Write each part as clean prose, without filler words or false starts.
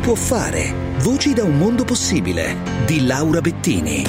può fare. Voci da un mondo possibile di Laura Bettini.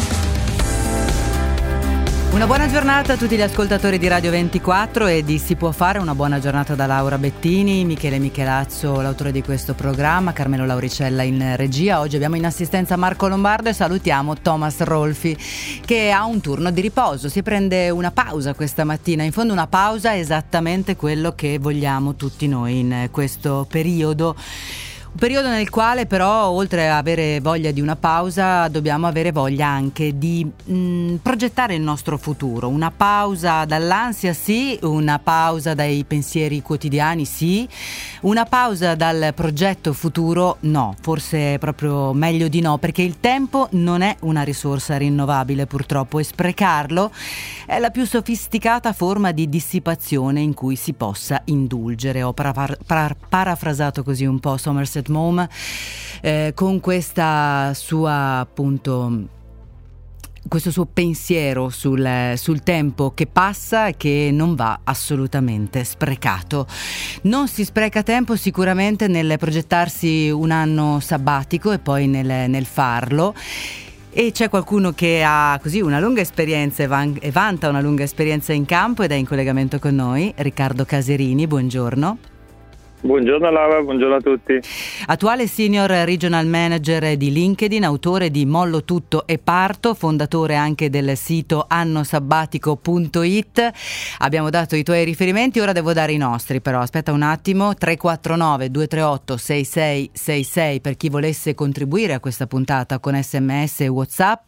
Una buona giornata a tutti gli ascoltatori di Radio 24 e di Si può fare. Una buona giornata da Laura Bettini, Michele Michelazzo, l'autore di questo programma, Carmelo Lauricella in regia. Oggi abbiamo in assistenza Marco Lombardo e salutiamo Thomas Rolfi, che ha un turno di riposo. Si prende una pausa questa mattina. In fondo una pausa è esattamente quello che vogliamo tutti noi in questo periodo. Un periodo nel quale però, oltre a avere voglia di una pausa, dobbiamo avere voglia anche di progettare il nostro futuro. Una pausa dall'ansia, sì, una pausa dai pensieri quotidiani, sì, una pausa dal progetto futuro, no, forse è proprio meglio di no, perché il tempo non è una risorsa rinnovabile purtroppo e sprecarlo è la più sofisticata forma di dissipazione in cui si possa indulgere. Ho parafrasato così un po' Somerset Maugham con questa sua, appunto, questo suo pensiero sul tempo che passa e che non va assolutamente sprecato. Non si spreca tempo sicuramente nel progettarsi un anno sabbatico e poi nel farlo. E c'è qualcuno che ha così una lunga esperienza e vanta una lunga esperienza in campo ed è in collegamento con noi, Riccardo Caserini, buongiorno. Buongiorno Laura, buongiorno a tutti. Attuale Senior Regional Manager di LinkedIn, autore di Mollo tutto e parto, fondatore anche del sito annosabbatico.it. Abbiamo dato i tuoi riferimenti, ora devo dare i nostri, però aspetta un attimo. 349 238 6666 per chi volesse contribuire a questa puntata con SMS e WhatsApp,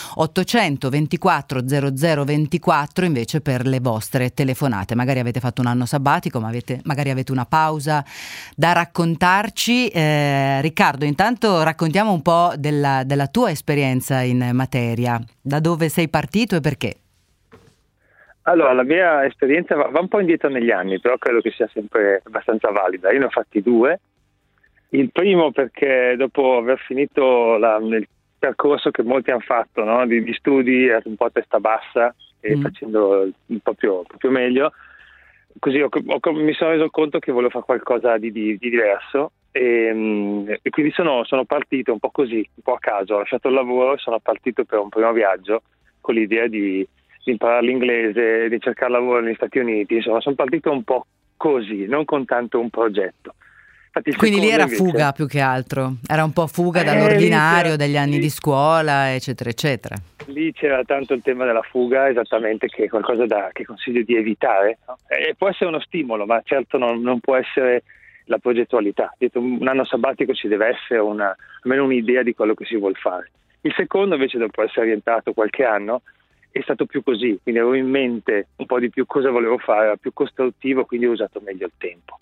824 0024 invece per le vostre telefonate. Magari avete fatto un anno sabbatico, ma magari avete una pausa da raccontarci. Riccardo, intanto raccontiamo un po' della tua esperienza in materia, da dove sei partito e perché. Allora, la mia esperienza va un po' indietro negli anni, però credo che sia sempre abbastanza valida. Io ne ho fatti due. Il primo perché dopo aver finito il percorso che molti hanno fatto, no? di studi un po' a testa bassa e facendo proprio meglio, così mi sono reso conto che volevo fare qualcosa di diverso e quindi sono partito un po' così, un po' a caso. Ho lasciato il lavoro e sono partito per un primo viaggio con l'idea di imparare l'inglese, di cercare lavoro negli Stati Uniti. Insomma, sono partito un po' così, non con tanto un progetto. Infatti, quindi lì era invece fuga più che altro, era un po' fuga dall'ordinario, dagli anni di scuola, eccetera, eccetera. Lì c'era tanto il tema della fuga, esattamente, che è qualcosa che consiglio di evitare, no? E può essere uno stimolo, ma certo non può essere la progettualità. Dietro un anno sabbatico ci deve essere almeno un'idea di quello che si vuol fare. Il secondo, invece, dopo essere rientrato qualche anno, è stato più così, quindi avevo in mente un po' di più cosa volevo fare, era più costruttivo, quindi ho usato meglio il tempo.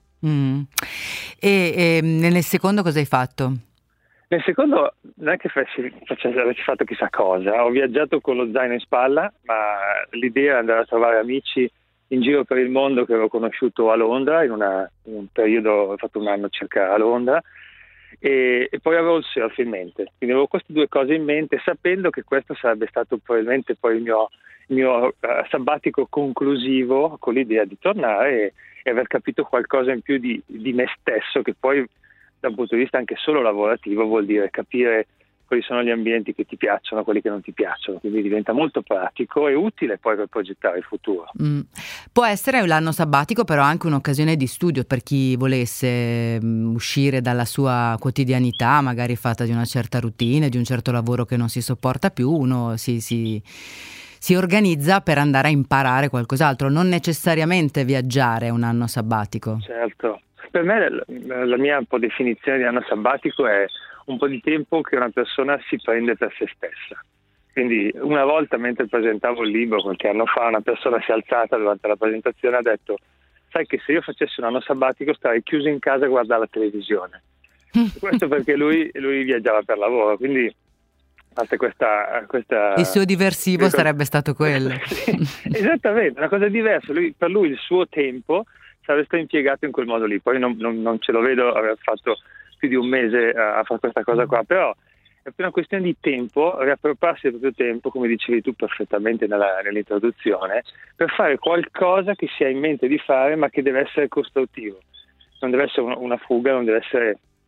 E nel secondo cosa hai fatto? Nel secondo non è che avessi fatto chissà cosa, ho viaggiato con lo zaino in spalla, ma l'idea era andare a trovare amici in giro per il mondo che avevo conosciuto a Londra, in un periodo, ho fatto un anno circa a Londra, e poi avevo il surf in mente, quindi avevo queste due cose in mente, sapendo che questo sarebbe stato probabilmente poi il mio sabbatico conclusivo, con l'idea di tornare e aver capito qualcosa in più di me stesso, che poi da un punto di vista anche solo lavorativo vuol dire capire quali sono gli ambienti che ti piacciono, quelli che non ti piacciono, quindi diventa molto pratico e utile poi per progettare il futuro. Può essere l'anno sabbatico però anche un'occasione di studio per chi volesse uscire dalla sua quotidianità, magari fatta di una certa routine, di un certo lavoro che non si sopporta più. Uno si organizza per andare a imparare qualcos'altro, non necessariamente viaggiare è un anno sabbatico. Certo, per me la mia un po' definizione di anno sabbatico è un po' di tempo che una persona si prende per se stessa. Quindi una volta, mentre presentavo il libro qualche anno fa, una persona si è alzata durante la presentazione e ha detto: sai che se io facessi un anno sabbatico starei chiuso in casa a guardare la televisione. Questo perché lui viaggiava per lavoro, quindi questa il suo diversivo sarebbe stato quello. Sì, esattamente, una cosa diversa. Per lui il suo tempo sarebbe stato impiegato in quel modo lì. Poi non ce lo vedo aver fatto più di un mese a fare questa cosa qua, però è una questione di tempo, riappropriarsi del proprio tempo, come dicevi tu perfettamente nell'introduzione, per fare qualcosa che si ha in mente di fare, ma che deve essere costruttivo. Non deve essere una fuga, non deve essere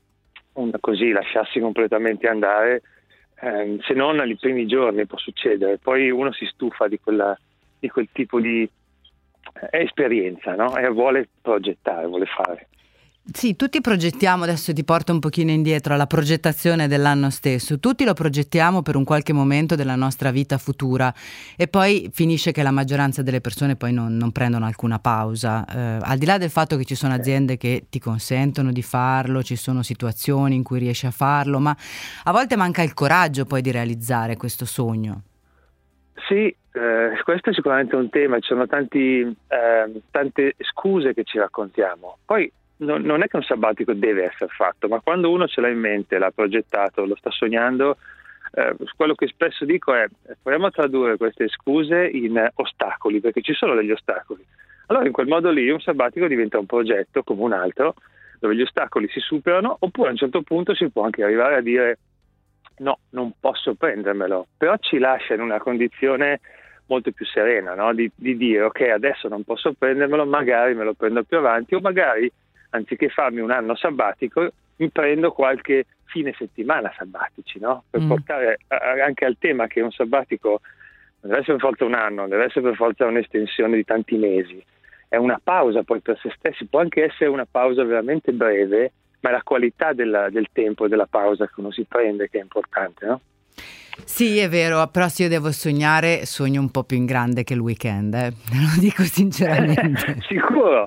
così lasciarsi completamente andare, se non nei primi giorni può succedere, poi uno si stufa di quel tipo di esperienza, no? E vuole progettare, vuole fare. Sì, tutti progettiamo, adesso ti porto un pochino indietro alla progettazione dell'anno stesso, tutti lo progettiamo per un qualche momento della nostra vita futura e poi finisce che la maggioranza delle persone poi non prendono alcuna pausa, al di là del fatto che ci sono aziende che ti consentono di farlo, ci sono situazioni in cui riesci a farlo, ma a volte manca il coraggio poi di realizzare questo sogno. Sì, questo è sicuramente un tema, ci sono tante scuse che ci raccontiamo, poi non è che un sabbatico deve essere fatto, ma quando uno ce l'ha in mente, l'ha progettato, lo sta sognando, quello che spesso dico è proviamo a tradurre queste scuse in ostacoli, perché ci sono degli ostacoli. Allora in quel modo lì un sabbatico diventa un progetto come un altro, dove gli ostacoli si superano, oppure a un certo punto si può anche arrivare a dire no, non posso prendermelo, però ci lascia in una condizione molto più serena, no? Di dire ok, adesso non posso prendermelo, magari me lo prendo più avanti, o magari anziché farmi un anno sabbatico, mi prendo qualche fine settimana sabbatici, no? Per portare anche al tema che un sabbatico non deve essere per forza un anno, deve essere per forza un'estensione di tanti mesi. È una pausa poi per se stessi, può anche essere una pausa veramente breve, ma è la qualità del tempo e della pausa che uno si prende che è importante, no? Sì, è vero, però se io devo sognare, sogno un po' più in grande che il weekend, te lo dico sinceramente. Sicuro.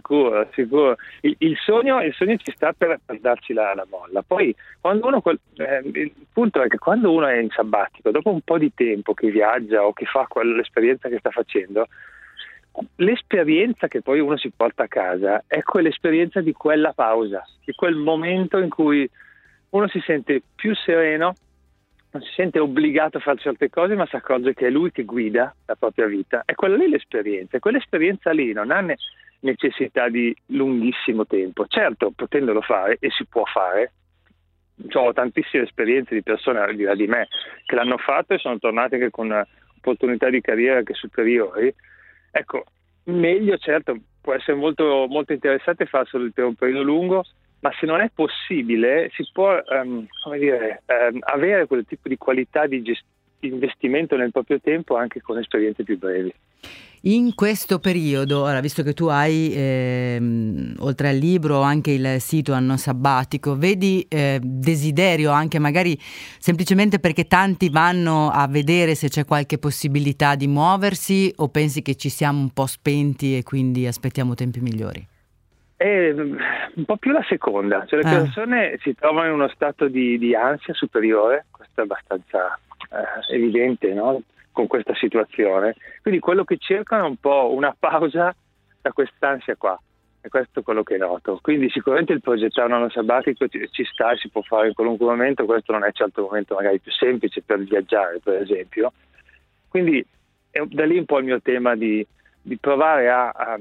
Il sogno ci sta per darci la molla. Poi quando uno il punto è che quando uno è in sabbatico, dopo un po' di tempo che viaggia o che fa l'esperienza che sta facendo, l'esperienza che poi uno si porta a casa è quell'esperienza di quella pausa, di quel momento in cui uno si sente più sereno, non si sente obbligato a fare certe cose, ma si accorge che è lui che guida la propria vita. È quella lì l'esperienza, e quell'esperienza lì non ha necessità di lunghissimo tempo. Certo, potendolo fare, e si può fare, ho tantissime esperienze di persone al di là di me che l'hanno fatto e sono tornate anche con opportunità di carriera anche superiori. Ecco, meglio, certo, può essere molto, molto interessante farselo per un periodo lungo, ma se non è possibile si può avere quel tipo di qualità di investimento nel proprio tempo anche con esperienze più brevi. In questo periodo, ora, visto che tu hai oltre al libro anche il sito Anno Sabbatico, vedi desiderio anche magari semplicemente perché tanti vanno a vedere se c'è qualche possibilità di muoversi, o pensi che ci siamo un po' spenti e quindi aspettiamo tempi migliori? È un po' più la seconda, cioè le persone si trovano in uno stato di ansia superiore, questo è abbastanza evidente, no? Con questa situazione, quindi quello che cercano è un po' una pausa da quest'ansia qua, e questo è quello che noto. Quindi sicuramente il progettare un anno sabbatico ci sta, si può fare in qualunque momento, questo non è certo il momento magari più semplice per viaggiare, per esempio. Quindi è da lì un po' il mio tema di provare a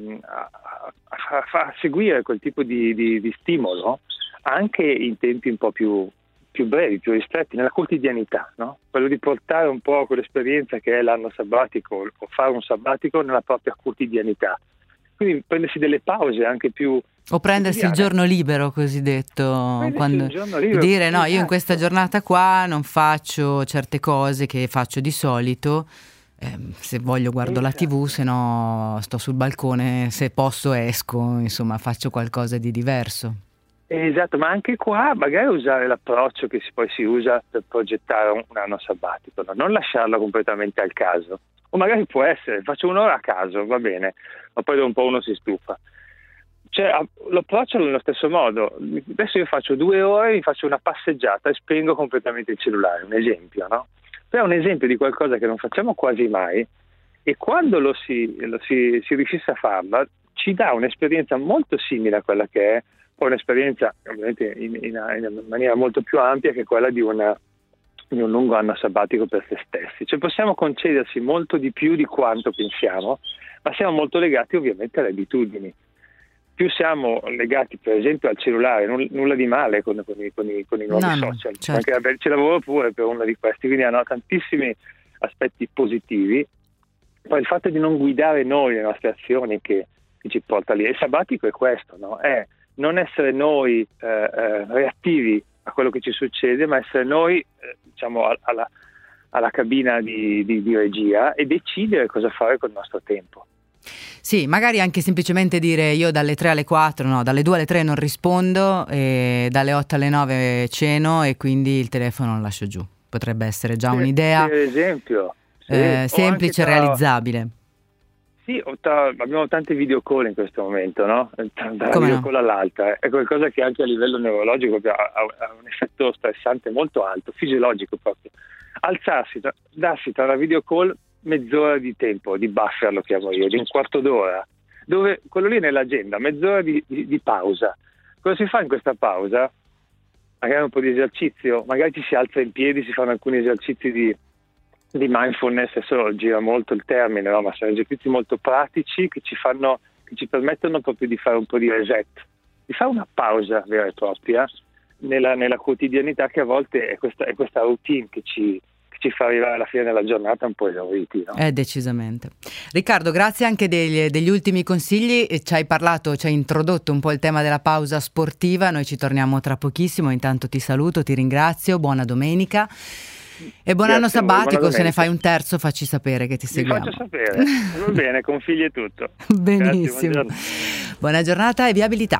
seguire quel tipo di stimolo anche in tempi un po' più brevi, più ristretti, nella quotidianità, no? Quello di portare un po' quell'esperienza che è l'anno sabbatico o fare un sabbatico nella propria quotidianità. Quindi prendersi delle pause anche più... O prendersi il giorno libero cosiddetto, quando dire no, io in questa giornata qua non faccio certe cose che faccio di solito, se voglio guardo la TV, se no sto sul balcone, se posso esco, insomma faccio qualcosa di diverso. Esatto, ma anche qua magari usare l'approccio che poi si usa per progettare un anno sabbatico, no? Non lasciarlo completamente al caso, o magari può essere, faccio un'ora a caso, va bene, ma poi dopo un po' uno si stufa. Cioè, l'approccio nello stesso modo. Adesso io faccio 2 ore, mi faccio una passeggiata e spengo completamente il cellulare, un esempio, no? Però è un esempio di qualcosa che non facciamo quasi mai, e quando si riuscisse a farla ci dà un'esperienza molto simile a quella che è poi un'esperienza ovviamente in maniera molto più ampia, che è quella di un lungo anno sabbatico per se stessi. Cioè possiamo concedersi molto di più di quanto pensiamo, ma siamo molto legati ovviamente alle abitudini. Più siamo legati per esempio al cellulare, nulla di male con i nuovi social, certo. Anche ci lavoro pure per uno di questi, quindi hanno tantissimi aspetti positivi. Poi il fatto di non guidare noi le nostre azioni che ci porta lì. Il sabbatico è questo, no? È non essere noi reattivi a quello che ci succede, ma essere noi diciamo alla cabina di regia e decidere cosa fare col nostro tempo. Sì, magari anche semplicemente dire io dalle 3 alle 4, no, dalle 2 alle 3 non rispondo, e dalle 8 alle 9 ceno e quindi il telefono lo lascio giù. Potrebbe essere già un'idea, per esempio, semplice e realizzabile. Sì, abbiamo tante video call in questo momento, no? Da Come video no? call all'altra. È qualcosa che anche a livello neurologico ha un effetto stressante molto alto, fisiologico proprio. Alzarsi, darsi tra una video call mezz'ora di tempo, di buffer lo chiamo io, di un quarto d'ora, dove quello lì è nell'agenda, mezz'ora di pausa. Cosa si fa in questa pausa? Magari un po' di esercizio, magari ci si alza in piedi, si fanno alcuni esercizi di mindfulness, adesso gira molto il termine, no? Ma sono esercizi molto pratici che ci permettono proprio di fare un po' di reset, di fare una pausa vera e propria nella quotidianità, che a volte è questa routine che ci fa arrivare alla fine della giornata un po' esauriti, no? Decisamente. Riccardo, grazie anche degli ultimi consigli. Ci hai introdotto un po' il tema della pausa sportiva. Noi ci torniamo tra pochissimo. Intanto ti saluto, ti ringrazio, buona domenica e buon anno sabbatico. Se ne fai un terzo, facci sapere che ti seguiamo. Ti faccio sapere, va bene, con figli e tutto. Benissimo. Grazie, buona giornata e viabilità.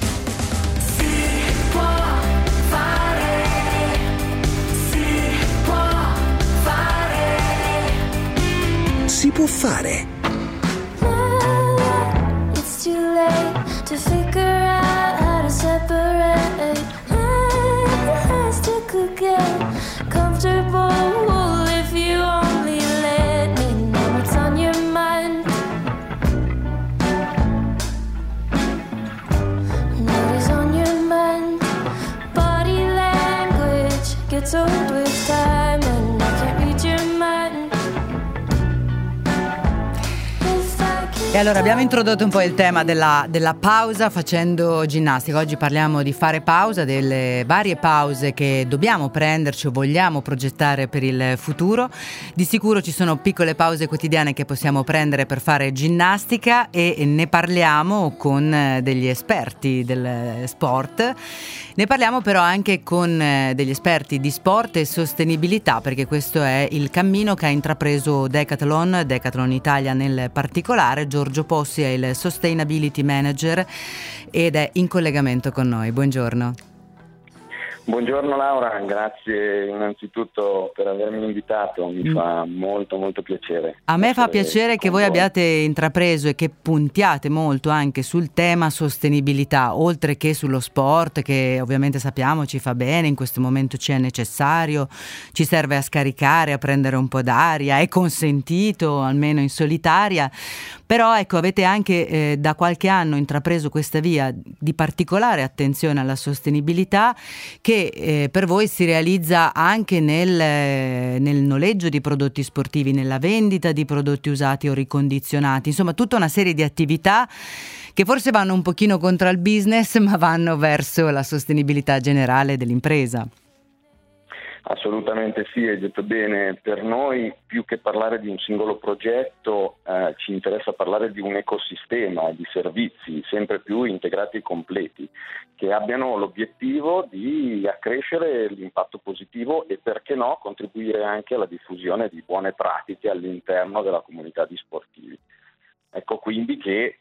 Si può fare. It's too late to figure out how to separate. I still could get comfortable if you only let me know what's on your mind. What is on your mind? Body language gets old with time, and I can't read your mind. E allora abbiamo introdotto un po' il tema della pausa facendo ginnastica. Oggi parliamo di fare pausa, delle varie pause che dobbiamo prenderci o vogliamo progettare per il futuro. Di sicuro ci sono piccole pause quotidiane che possiamo prendere per fare ginnastica e ne parliamo con degli esperti del sport. Ne parliamo però anche con degli esperti di sport e sostenibilità, perché questo è il cammino che ha intrapreso Decathlon Italia nel particolare. Giorgio Possi è il Sustainability Manager ed è in collegamento con noi. Buongiorno. Buongiorno Laura, grazie innanzitutto per avermi invitato, mi fa molto molto piacere. A me fa piacere che voi abbiate intrapreso e che puntiate molto anche sul tema sostenibilità, oltre che sullo sport, che ovviamente sappiamo ci fa bene, in questo momento ci è necessario, ci serve a scaricare, a prendere un po' d'aria, è consentito almeno in solitaria, però ecco, avete anche da qualche anno intrapreso questa via di particolare attenzione alla sostenibilità, che per voi si realizza anche nel noleggio di prodotti sportivi, nella vendita di prodotti usati o ricondizionati, insomma tutta una serie di attività che forse vanno un pochino contro il business, ma vanno verso la sostenibilità generale dell'impresa. Assolutamente sì, hai detto bene. Per noi, più che parlare di un singolo progetto, ci interessa parlare di un ecosistema di servizi sempre più integrati e completi, che abbiano l'obiettivo di accrescere l'impatto positivo e, perché no, contribuire anche alla diffusione di buone pratiche all'interno della comunità di sportivi. Ecco quindi che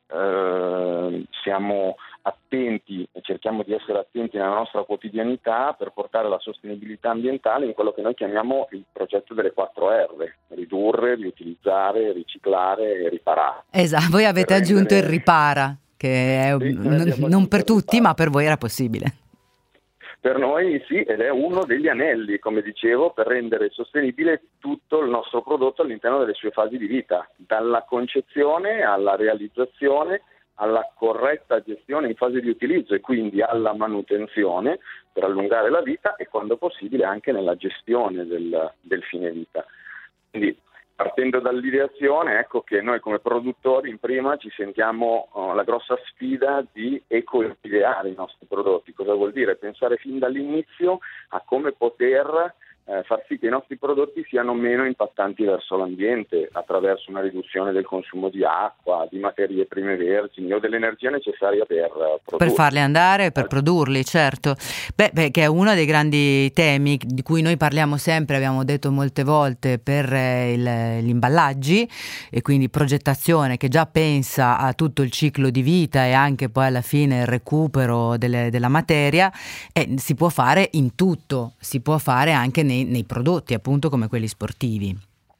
siamo attenti e cerchiamo di essere attenti nella nostra quotidianità per portare la sostenibilità ambientale in quello che noi chiamiamo il progetto delle 4 R: ridurre, riutilizzare, riciclare e riparare. Esatto, voi avete aggiunto il ripara, che è non per tutti, ma per voi era possibile. Per noi sì, ed è uno degli anelli, come dicevo, per rendere sostenibile tutto il nostro prodotto all'interno delle sue fasi di vita, dalla concezione alla realizzazione, alla corretta gestione in fase di utilizzo e quindi alla manutenzione per allungare la vita e, quando possibile, anche nella gestione del fine vita. Quindi, partendo dall'ideazione, ecco che noi come produttori in prima ci sentiamo la grossa sfida di eco-ideare i nostri prodotti. Cosa vuol dire? Pensare fin dall'inizio a come poter far sì che i nostri prodotti siano meno impattanti verso l'ambiente attraverso una riduzione del consumo di acqua, di materie prime vergini o dell'energia necessaria per produrli. Per farli andare, per produrli, certo. Beh, che è uno dei grandi temi di cui noi parliamo sempre, abbiamo detto molte volte, per gli imballaggi, e quindi progettazione che già pensa a tutto il ciclo di vita e anche poi alla fine il recupero della materia, e si può fare in tutto, si può fare anche nei prodotti, appunto, come quelli sportivi.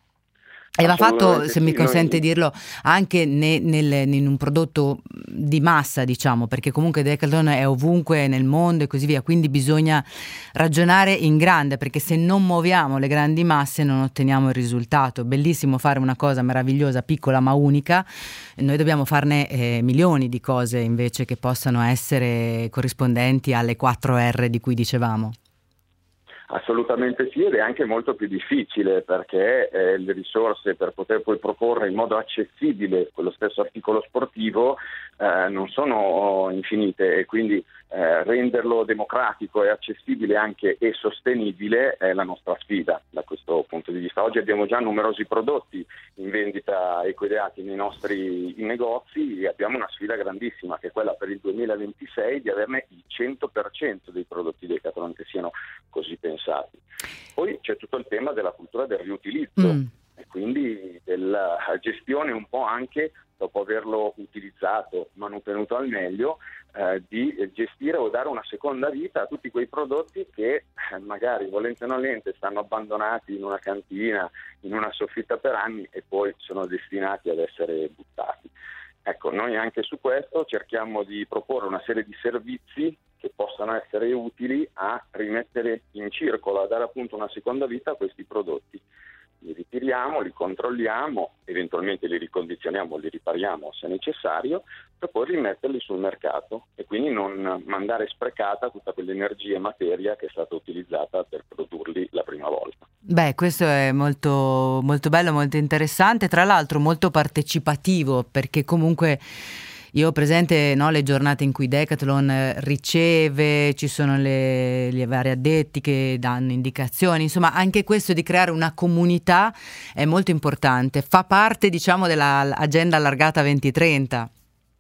E va fatto, se mi consente dirlo, anche in un prodotto di massa, diciamo, perché comunque Decathlon è ovunque nel mondo e così via, quindi bisogna ragionare in grande, perché se non muoviamo le grandi masse non otteniamo il risultato. Bellissimo fare una cosa meravigliosa, piccola ma unica, noi dobbiamo farne milioni di cose invece che possano essere corrispondenti alle 4R di cui dicevamo. Assolutamente sì, ed è anche molto più difficile perché le risorse per poter poi proporre in modo accessibile quello stesso articolo sportivo non sono infinite, e quindi renderlo democratico e accessibile anche e sostenibile è la nostra sfida da questo punto di vista. Oggi abbiamo già numerosi prodotti in vendita equideati nei nostri negozi e abbiamo una sfida grandissima, che è quella per il 2026 di averne il 100% dei prodotti Decathlon che siano così pensati. Poi c'è tutto il tema della cultura del riutilizzo e quindi della gestione un po' anche, dopo averlo utilizzato, manutenuto al meglio, di gestire o dare una seconda vita a tutti quei prodotti che magari volente o nolente stanno abbandonati in una cantina, in una soffitta per anni e poi sono destinati ad essere buttati. Ecco, noi anche su questo cerchiamo di proporre una serie di servizi che possano essere utili a rimettere in circolo, a dare appunto una seconda vita a questi prodotti. Li ritiriamo, li controlliamo, eventualmente li ricondizioniamo, li ripariamo se necessario, per poi rimetterli sul mercato e quindi non mandare sprecata tutta quell'energia e materia che è stata utilizzata per produrli la prima volta. Beh, questo è molto, molto bello, molto interessante, tra l'altro molto partecipativo, perché comunque io ho presente, no, le giornate in cui Decathlon riceve, ci sono le vari addetti che danno indicazioni, insomma anche questo di creare una comunità è molto importante, fa parte, diciamo, dell'agenda allargata 2030.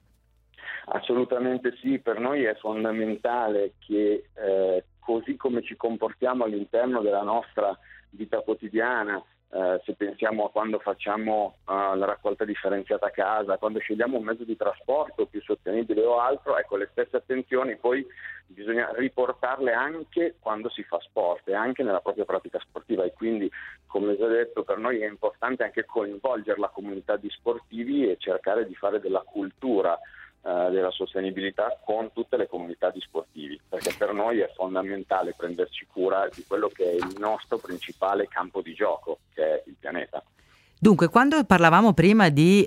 Assolutamente sì, per noi è fondamentale che così come ci comportiamo all'interno della nostra vita quotidiana, se pensiamo a quando facciamo la raccolta differenziata a casa, quando scegliamo un mezzo di trasporto più sostenibile o altro, ecco, le stesse attenzioni poi bisogna riportarle anche quando si fa sport e anche nella propria pratica sportiva, e quindi, come già detto, per noi è importante anche coinvolgere la comunità di sportivi e cercare di fare della cultura della sostenibilità con tutte le comunità di sportivi, perché per noi è fondamentale prenderci cura di quello che è il nostro principale campo di gioco, che è il pianeta. Dunque, quando parlavamo prima di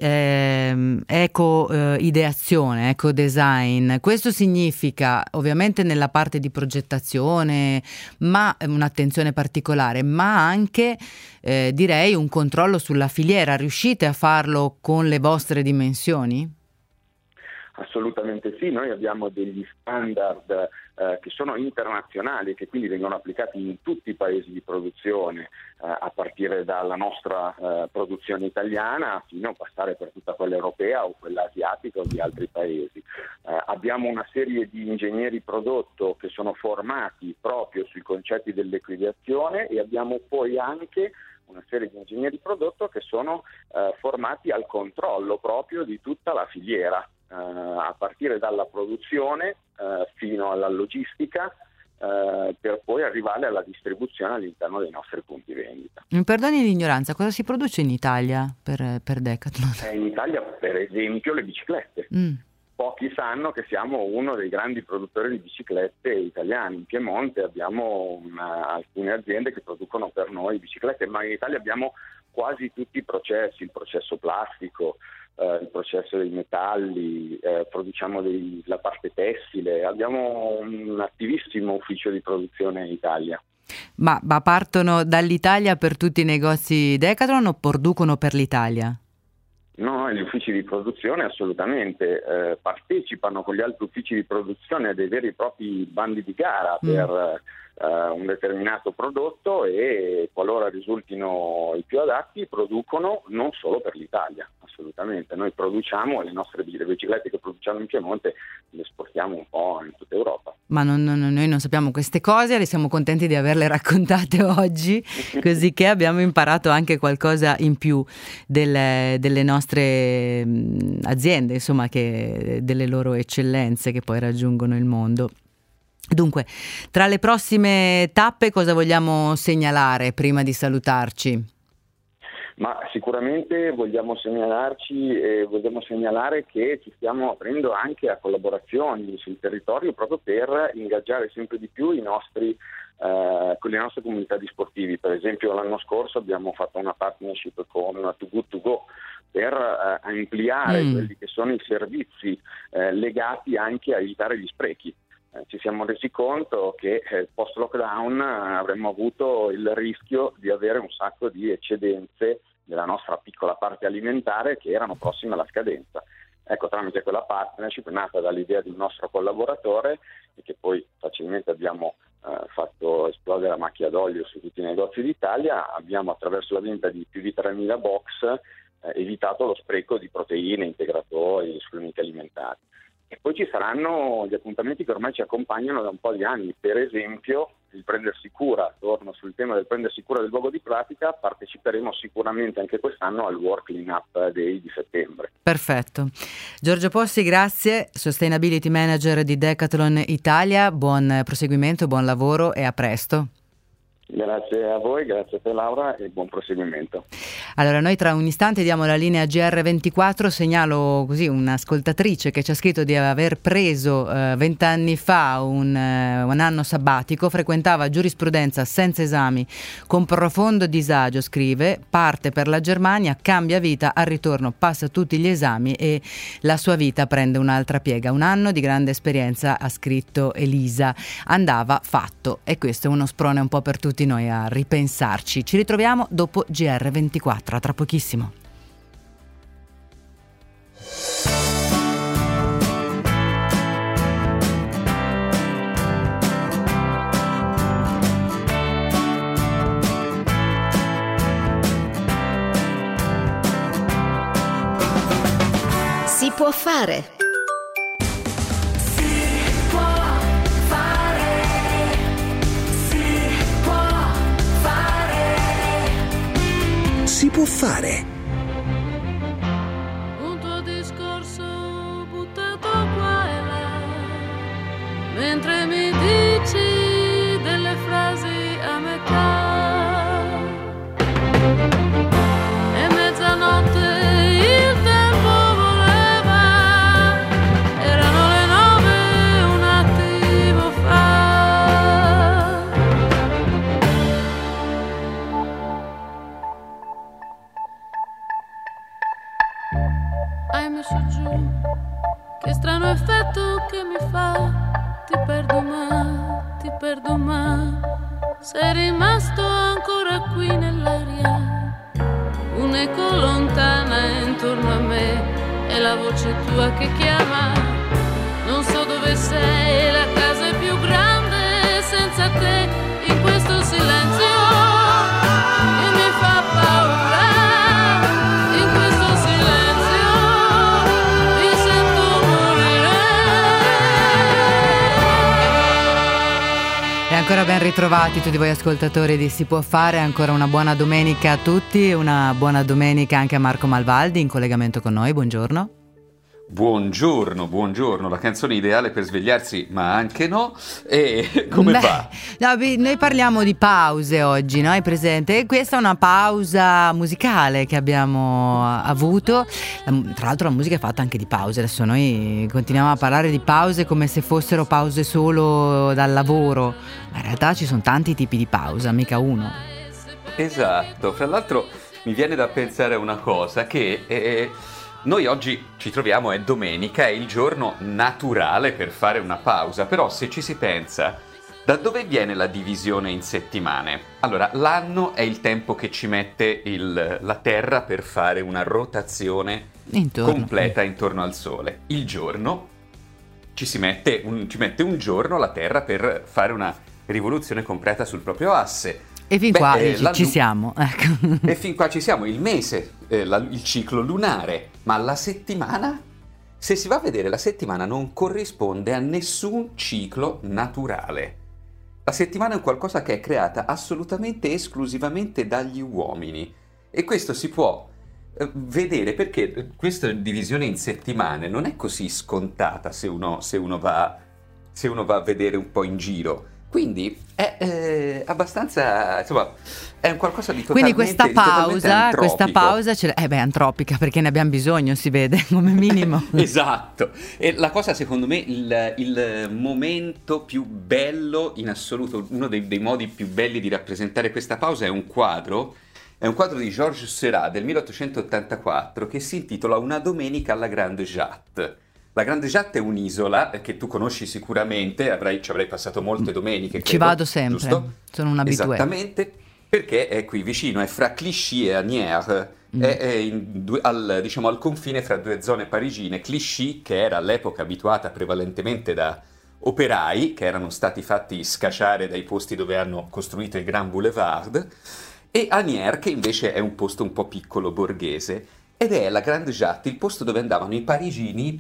eco-ideazione, eco-design, questo significa ovviamente nella parte di progettazione, ma un'attenzione particolare, ma anche direi un controllo sulla filiera. Riuscite a farlo con le vostre dimensioni? Assolutamente sì, noi abbiamo degli standard che sono internazionali, che quindi vengono applicati in tutti i paesi di produzione, a partire dalla nostra produzione italiana fino a passare per tutta quella europea o quella asiatica o di altri paesi. Abbiamo una serie di ingegneri prodotto che sono formati proprio sui concetti dell'equidazione e abbiamo poi anche una serie di ingegneri prodotto che sono formati al controllo proprio di tutta la filiera, a partire dalla produzione fino alla logistica, per poi arrivare alla distribuzione all'interno dei nostri punti vendita. Mi perdoni l'ignoranza, cosa si produce in Italia per Decathlon? In Italia, per esempio, le biciclette. Pochi sanno che siamo uno dei grandi produttori di biciclette italiani. In Piemonte abbiamo alcune aziende che producono per noi biciclette, ma in Italia abbiamo quasi tutti i processi, il processo plastico, il processo dei metalli, produciamo la parte tessile, abbiamo un attivissimo ufficio di produzione in Italia. Ma partono dall'Italia per tutti i negozi Decathlon o producono per l'Italia? No, gli uffici di produzione assolutamente partecipano con gli altri uffici di produzione a dei veri e propri bandi di gara per un determinato prodotto, e qualora risultino i più adatti producono non solo per l'Italia, assolutamente. Noi produciamo le biciclette che produciamo in Piemonte, le esportiamo un po' in tutta Europa. Ma noi non sappiamo queste cose, e siamo contenti di averle raccontate oggi, così che abbiamo imparato anche qualcosa in più delle nostre aziende, insomma, delle loro eccellenze che poi raggiungono il mondo. Dunque, tra le prossime tappe cosa vogliamo segnalare prima di salutarci? Ma sicuramente vogliamo segnalare che ci stiamo aprendo anche a collaborazioni sul territorio, proprio per ingaggiare sempre di più con le nostre comunità di sportivi. Per esempio l'anno scorso abbiamo fatto una partnership con Too Good To Go per ampliare quelli che sono i servizi legati anche a evitare gli sprechi. Ci siamo resi conto che post lockdown avremmo avuto il rischio di avere un sacco di eccedenze della nostra piccola parte alimentare che erano prossime alla scadenza. Ecco, tramite quella partnership nata dall'idea di un nostro collaboratore, e che poi facilmente abbiamo fatto esplodere a macchia d'olio su tutti i negozi d'Italia, abbiamo, attraverso la vendita di più di 3.000 box, evitato lo spreco di proteine, integratori, supplementi alimentari. E poi ci saranno gli appuntamenti che ormai ci accompagnano da un po' di anni, per esempio il prendersi cura. Torno sul tema del prendersi cura del luogo di pratica, parteciperemo sicuramente anche quest'anno al World Cleanup Day di settembre. Perfetto. Giorgio Possi, grazie, Sustainability Manager di Decathlon Italia, buon proseguimento, buon lavoro e a presto. Grazie a voi, grazie a te Laura, e buon proseguimento. Allora, noi tra un istante diamo la linea GR24. Segnalo così un'ascoltatrice che ci ha scritto di aver preso 20 anni fa un anno sabbatico, frequentava giurisprudenza senza esami, con profondo disagio, scrive, parte per la Germania, cambia vita, al ritorno passa tutti gli esami e la sua vita prende un'altra piega. Un anno di grande esperienza, ha scritto Elisa, andava fatto, e questo è uno sprone un po' per tutti noi a ripensarci. Ci ritroviamo dopo GR24, a tra pochissimo. Si può fare. Si può fare. Un tuo discorso buttato qua e là, mentre mi dici delle frasi a metà. E mezzanotte il tempo voleva, erano le 9 un attimo fa. Hai messo giù, che strano effetto che mi fa. Ti perdo ma sei rimasto ancora qui nell'aria. Un'eco lontana intorno a me, è la voce tua che chiama. Non so dove sei, la casa è più grande senza te, in questo silenzio che mi fa paura. In questo silenzio mi sento morire. E ancora ben ritrovati tutti voi ascoltatori di Si può fare, ancora una buona domenica a tutti, una buona domenica anche a Marco Malvaldi in collegamento con noi, buongiorno. Buongiorno, la canzone ideale per svegliarsi, ma anche no. E come va? No, noi parliamo di pause oggi, no? Hai presente? E questa è una pausa musicale che abbiamo avuto. Tra l'altro la musica è fatta anche di pause. Adesso noi continuiamo a parlare di pause come se fossero pause solo dal lavoro, ma in realtà ci sono tanti tipi di pausa, mica uno. Esatto, fra l'altro mi viene da pensare una cosa, che noi oggi ci troviamo, è domenica, è il giorno naturale per fare una pausa, però se ci si pensa, Da dove viene la divisione in settimane? Allora, l'anno è il tempo che ci mette la Terra per fare una rotazione completa intorno al Sole. Il giorno ci mette un giorno la Terra per fare una rivoluzione completa sul proprio asse. E fin qua ci siamo. Ecco. E fin qua ci siamo. Il mese, il ciclo lunare, ma la settimana? Se si va a vedere, la settimana non corrisponde a nessun ciclo naturale. La settimana è un qualcosa che è creata assolutamente e esclusivamente dagli uomini. E questo si può vedere perché questa divisione in settimane non è così scontata se uno va a vedere un po' in giro. Quindi è abbastanza, insomma, è un qualcosa di totalmente Quindi questa pausa antropica, perché ne abbiamo bisogno, si vede, come minimo. Esatto. E la cosa, secondo me, il momento più bello in assoluto, uno dei modi più belli di rappresentare questa pausa è un quadro di Georges Seurat del 1884 che si intitola Una domenica alla Grande Jatte. La Grande Jatte è un'isola che tu conosci sicuramente, ci avrai passato molte domeniche. Ci vado sempre, giusto? Sono un abitué. Esattamente, perché è qui vicino, è fra Clichy e Asnières, è al confine fra due zone parigine. Clichy, che era all'epoca abituata prevalentemente da operai, che erano stati fatti scacciare dai posti dove hanno costruito i Grand Boulevard, e Asnières, che invece è un posto un po' piccolo borghese. Ed è la Grande Jatte il posto dove andavano i parigini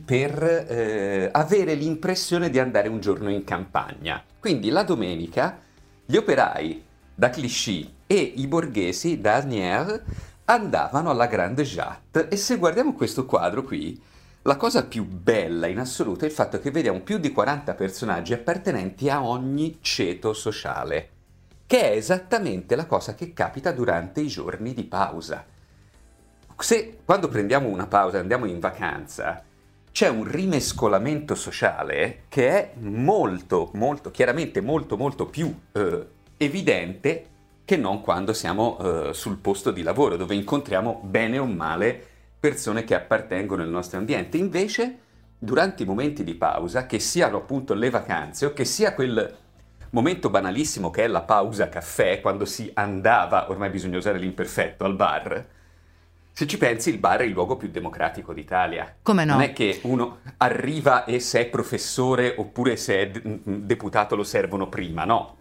per avere l'impressione di andare un giorno in campagna. Quindi la domenica gli operai da Clichy e i borghesi da Asnières andavano alla Grande Jatte, e se guardiamo questo quadro qui, la cosa più bella in assoluto è il fatto che vediamo più di 40 personaggi appartenenti a ogni ceto sociale, che è esattamente la cosa che capita durante i giorni di pausa. Quando prendiamo una pausa e andiamo in vacanza, c'è un rimescolamento sociale che è molto, molto, chiaramente molto, molto più evidente che non quando siamo sul posto di lavoro, dove incontriamo bene o male persone che appartengono al nostro ambiente. Invece, durante i momenti di pausa, che siano appunto le vacanze o che sia quel momento banalissimo che è la pausa caffè, quando si andava, ormai bisogna usare l'imperfetto, al bar. Se ci pensi, il bar è il luogo più democratico d'Italia. Come no? Non è che uno arriva e se è professore oppure se è deputato lo servono prima, no?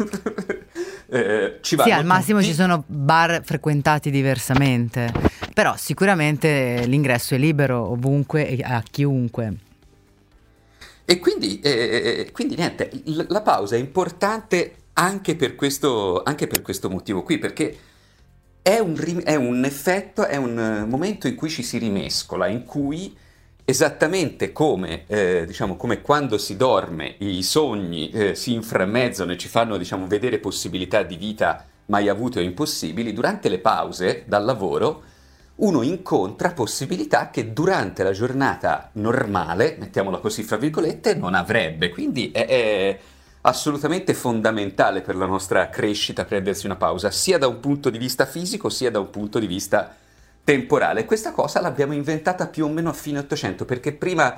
Ci vanno al massimo tutti. Ci sono bar frequentati diversamente, però sicuramente l'ingresso è libero ovunque e a chiunque. E quindi niente, la pausa è importante anche per questo motivo qui, perché è un effetto, è un momento in cui ci si rimescola, in cui esattamente come quando si dorme i sogni si inframmezzano e ci fanno vedere possibilità di vita mai avute o impossibili, durante le pause dal lavoro uno incontra possibilità che durante la giornata normale, mettiamola così fra virgolette, non avrebbe. Quindi è assolutamente fondamentale per la nostra crescita prendersi una pausa, sia da un punto di vista fisico sia da un punto di vista temporale. Questa cosa l'abbiamo inventata più o meno a fine Ottocento, perché prima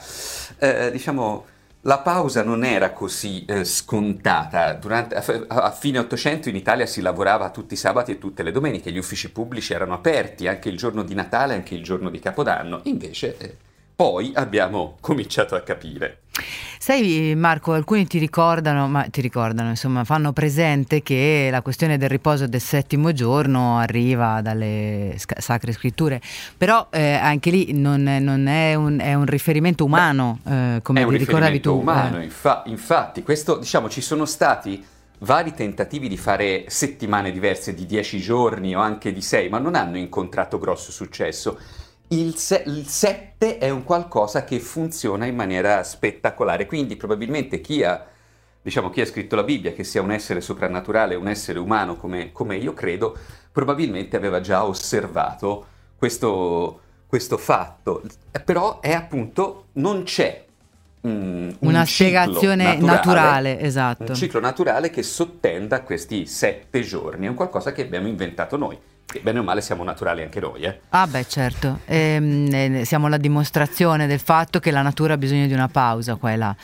la pausa non era così scontata. A fine Ottocento in Italia si lavorava tutti i sabati e tutte le domeniche, gli uffici pubblici erano aperti anche il giorno di Natale, anche il giorno di Capodanno. Invece poi abbiamo cominciato a capire. Sai Marco, alcuni ti ricordano, insomma, fanno presente che la questione del riposo del settimo giorno arriva dalle sacre scritture, però anche lì non è un riferimento umano, come vi ricordavi tu. È un riferimento umano, infatti, questo, ci sono stati vari tentativi di fare settimane diverse di 10 giorni o anche di 6, ma non hanno incontrato grosso successo. Il 7 è un qualcosa che funziona in maniera spettacolare, quindi probabilmente chi ha scritto la Bibbia, che sia un essere soprannaturale, un essere umano come io credo, probabilmente aveva già osservato questo fatto, però è appunto, non c'è una spiegazione naturale, esatto. Un ciclo naturale che sottenda questi 7 giorni, è un qualcosa che abbiamo inventato noi. Che bene o male siamo naturali anche noi, Ah beh, certo, siamo la dimostrazione del fatto che la natura ha bisogno di una pausa qua e là.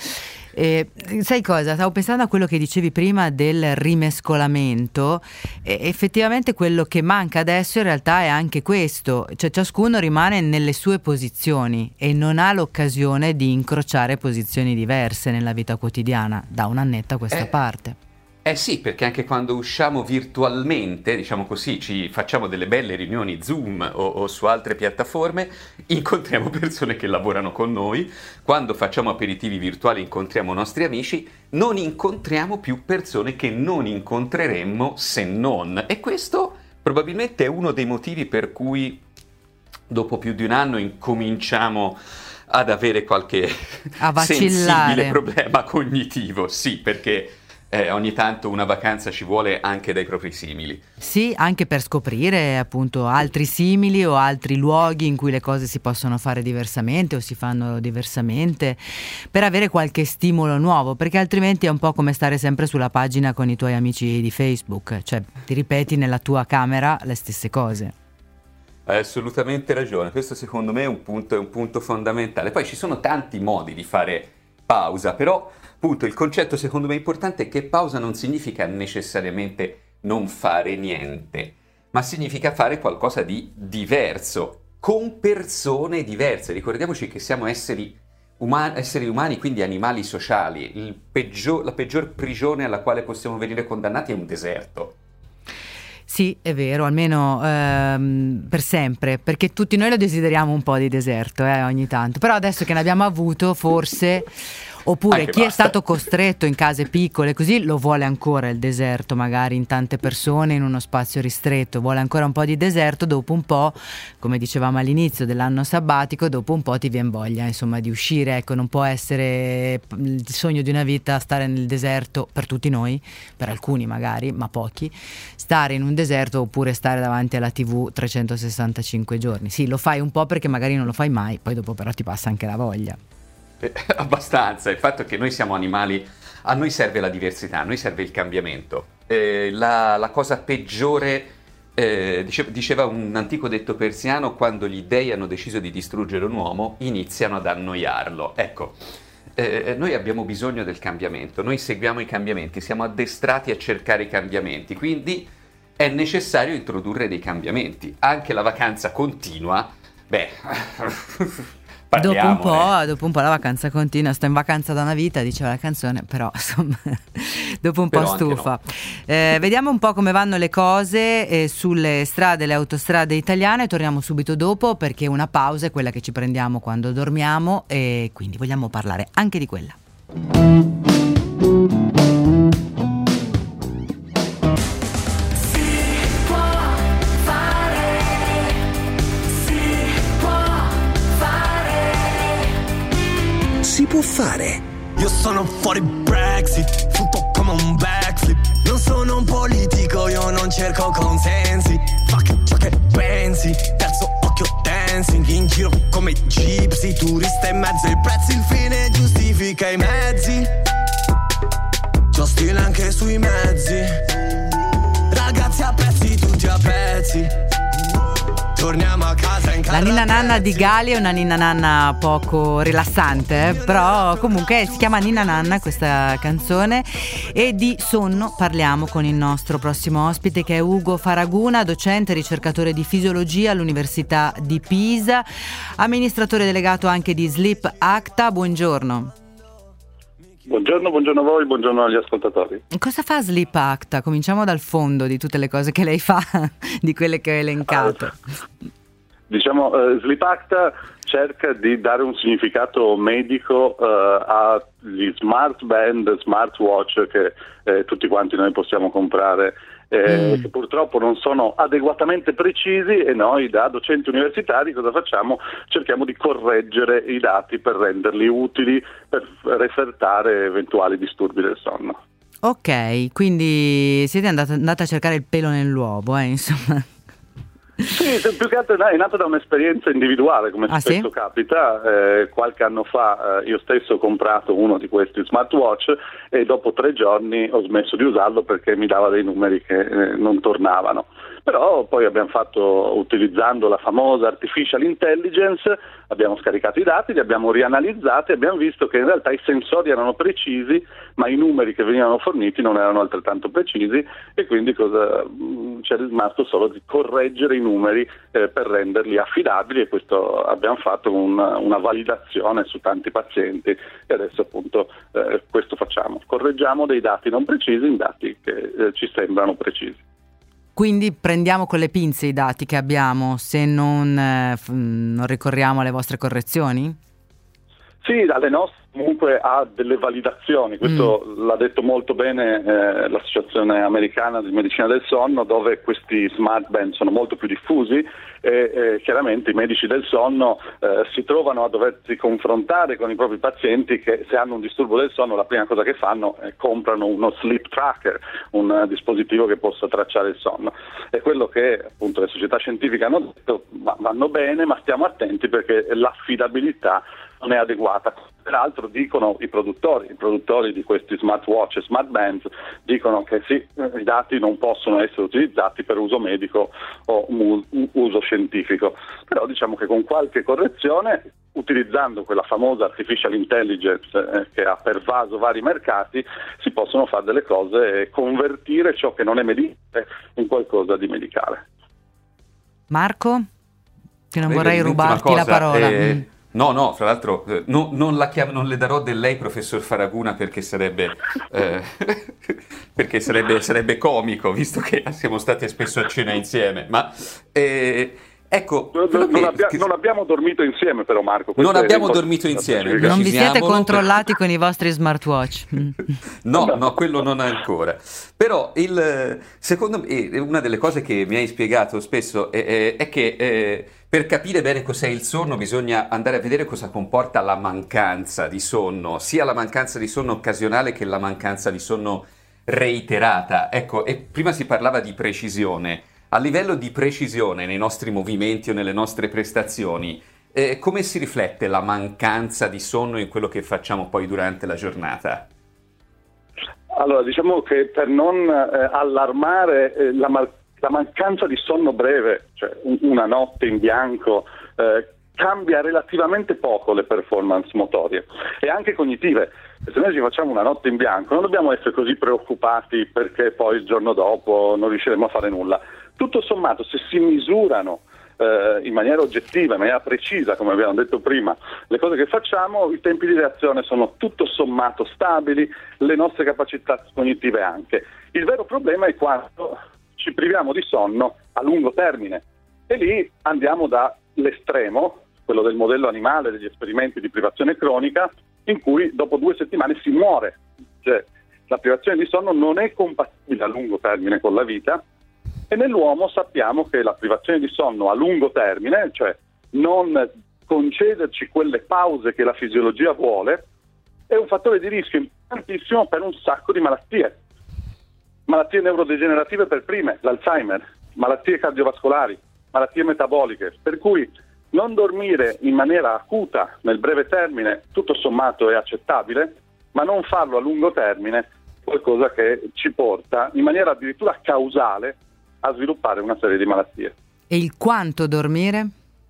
Sai cosa? Stavo pensando a quello che dicevi prima del rimescolamento, e effettivamente quello che manca adesso in realtà è anche questo, cioè ciascuno rimane nelle sue posizioni e non ha l'occasione di incrociare posizioni diverse nella vita quotidiana da un annetto a questa parte. Sì, perché anche quando usciamo virtualmente, diciamo così, ci facciamo delle belle riunioni Zoom o su altre piattaforme, incontriamo persone che lavorano con noi, quando facciamo aperitivi virtuali incontriamo nostri amici, non incontriamo più persone che non incontreremmo se non. E questo probabilmente è uno dei motivi per cui dopo più di un anno incominciamo ad avere qualche sensibile problema cognitivo. Sì, perché ogni tanto una vacanza ci vuole anche dai propri simili. Sì, anche per scoprire appunto altri simili o altri luoghi in cui le cose si possono fare diversamente o si fanno diversamente, per avere qualche stimolo nuovo, perché altrimenti è un po' come stare sempre sulla pagina con i tuoi amici di Facebook, cioè ti ripeti nella tua camera le stesse cose. Hai assolutamente ragione, questo secondo me è un punto fondamentale. Poi ci sono tanti modi di fare pausa, però appunto il concetto secondo me importante è che pausa non significa necessariamente non fare niente, ma significa fare qualcosa di diverso, con persone diverse. Ricordiamoci che siamo esseri umani, quindi animali sociali. La peggior prigione alla quale possiamo venire condannati è un deserto. Sì, è vero, almeno per sempre, perché tutti noi lo desideriamo un po' di deserto ogni tanto, però adesso che ne abbiamo avuto forse... Oppure chi è stato costretto in case piccole così lo vuole ancora il deserto, magari in tante persone in uno spazio ristretto, vuole ancora un po' di deserto. Dopo un po', come dicevamo all'inizio dell'anno sabbatico, dopo un po' ti viene voglia insomma di uscire. Ecco, non può essere il sogno di una vita stare nel deserto per tutti noi, per alcuni magari, ma pochi, stare in un deserto oppure stare davanti alla TV 365 giorni. Sì, lo fai un po' perché magari non lo fai mai, poi dopo però ti passa anche la voglia. Abbastanza, il fatto è che noi siamo animali, a noi serve la diversità, a noi serve il cambiamento. La cosa peggiore, diceva un antico detto persiano, quando gli dei hanno deciso di distruggere un uomo, iniziano ad annoiarlo. Ecco, noi abbiamo bisogno del cambiamento, noi seguiamo i cambiamenti, siamo addestrati a cercare i cambiamenti, quindi è necessario introdurre dei cambiamenti. Anche la vacanza continua, dopo un po' la vacanza continua. Sto in vacanza da una vita, diceva la canzone, però insomma dopo un po' stufa. No. Vediamo un po' come vanno le cose sulle strade, le autostrade italiane. Torniamo subito dopo, perché una pausa è quella che ci prendiamo quando dormiamo e quindi vogliamo parlare anche di quella. Si può fare. Io sono fuori Brexit, tutto come un backflip. Non sono un politico, io non cerco consensi. Fuck ciò che pensi, terzo occhio dancing. In giro come gypsy, turista in mezzo ai prezzi. Il fine giustifica i mezzi. C'ho stile anche sui mezzi. Ragazzi a pezzi, tutti a pezzi. Torniamo a casa in La ninna nanna di Gali è una ninna nanna poco rilassante, però comunque si chiama Ninna Nanna questa canzone. E di sonno parliamo con il nostro prossimo ospite, che è Ugo Faraguna, docente e ricercatore di fisiologia all'Università di Pisa, amministratore delegato anche di Sleep Acta. Buongiorno. Buongiorno a voi, buongiorno agli ascoltatori. Cosa fa Sleep Acta? Cominciamo dal fondo di tutte le cose che lei fa, di quelle che ho elencato. Sleep Acta cerca di dare un significato medico agli smart band, smartwatch che tutti quanti noi possiamo comprare, che purtroppo non sono adeguatamente precisi, e noi da docenti universitari cosa facciamo? Cerchiamo di correggere i dati per renderli utili, per refertare eventuali disturbi del sonno. Ok, quindi siete andati a cercare il pelo nell'uovo, insomma. Sì, più che altro è nata da un'esperienza individuale, come spesso capita. Qualche anno fa io stesso ho comprato uno di questi smartwatch e dopo 3 giorni ho smesso di usarlo perché mi dava dei numeri che non tornavano. Però poi abbiamo fatto, utilizzando la famosa artificial intelligence, abbiamo scaricato i dati, li abbiamo rianalizzati e abbiamo visto che in realtà i sensori erano precisi, ma i numeri che venivano forniti non erano altrettanto precisi, e quindi c'è rimasto solo di correggere i numeri per renderli affidabili, e questo abbiamo fatto una validazione su tanti pazienti, e adesso appunto questo facciamo, correggiamo dei dati non precisi in dati che ci sembrano precisi. Quindi prendiamo con le pinze i dati che abbiamo se non ricorriamo alle vostre correzioni? Sì, alle nostre comunque ha delle validazioni, questo l'ha detto molto bene l'Associazione Americana di Medicina del Sonno, dove questi smart band sono molto più diffusi e chiaramente i medici del sonno si trovano a doversi confrontare con i propri pazienti che, se hanno un disturbo del sonno, la prima cosa che fanno è comprano uno sleep tracker, un dispositivo che possa tracciare il sonno. È quello che appunto le società scientifiche hanno detto, vanno bene, ma stiamo attenti perché l'affidabilità non è adeguata. Peraltro dicono i produttori di questi smartwatch e smart bands dicono che sì, i dati non possono essere utilizzati per uso medico o uso scientifico, però diciamo che con qualche correzione, utilizzando quella famosa artificial intelligence che ha pervaso vari mercati, si possono fare delle cose e convertire ciò che non è medicale in qualcosa di medicale. Marco? Che non vorrei rubarti la parola. No, fra l'altro non le darò del lei, professor Faraguna, perché sarebbe comico, visto che siamo stati spesso a cena insieme, ma ecco, non abbiamo dormito insieme, però, Marco. Non abbiamo dormito insieme. Non vi siete controllati con i vostri smartwatch? No, quello non ancora. Però secondo me una delle cose che mi hai spiegato spesso è che per capire bene cos'è il sonno bisogna andare a vedere cosa comporta la mancanza di sonno, sia la mancanza di sonno occasionale che la mancanza di sonno reiterata. Ecco, e prima si parlava di precisione. A livello di precisione nei nostri movimenti o nelle nostre prestazioni, come si riflette la mancanza di sonno in quello che facciamo poi durante la giornata? Allora, diciamo che per non allarmare la mancanza di sonno breve, cioè una notte in bianco, cambia relativamente poco le performance motorie e anche cognitive. Se noi ci facciamo una notte in bianco non dobbiamo essere così preoccupati perché poi il giorno dopo non riusciremo a fare nulla. Tutto sommato, se si misurano in maniera oggettiva, in maniera precisa, come abbiamo detto prima, le cose che facciamo, i tempi di reazione sono tutto sommato stabili, le nostre capacità cognitive anche. Il vero problema è quando ci priviamo di sonno a lungo termine, e lì andiamo dall'estremo, quello del modello animale, degli esperimenti di privazione cronica, in cui dopo 2 settimane si muore. Cioè, la privazione di sonno non è compatibile a lungo termine con la vita, e nell'uomo sappiamo che la privazione di sonno a lungo termine, cioè non concederci quelle pause che la fisiologia vuole, è un fattore di rischio importantissimo per un sacco di malattie neurodegenerative per prime, l'Alzheimer, malattie cardiovascolari, malattie metaboliche, per cui non dormire in maniera acuta nel breve termine tutto sommato è accettabile, ma non farlo a lungo termine è qualcosa che ci porta in maniera addirittura causale a sviluppare una serie di malattie. E il quanto dormire?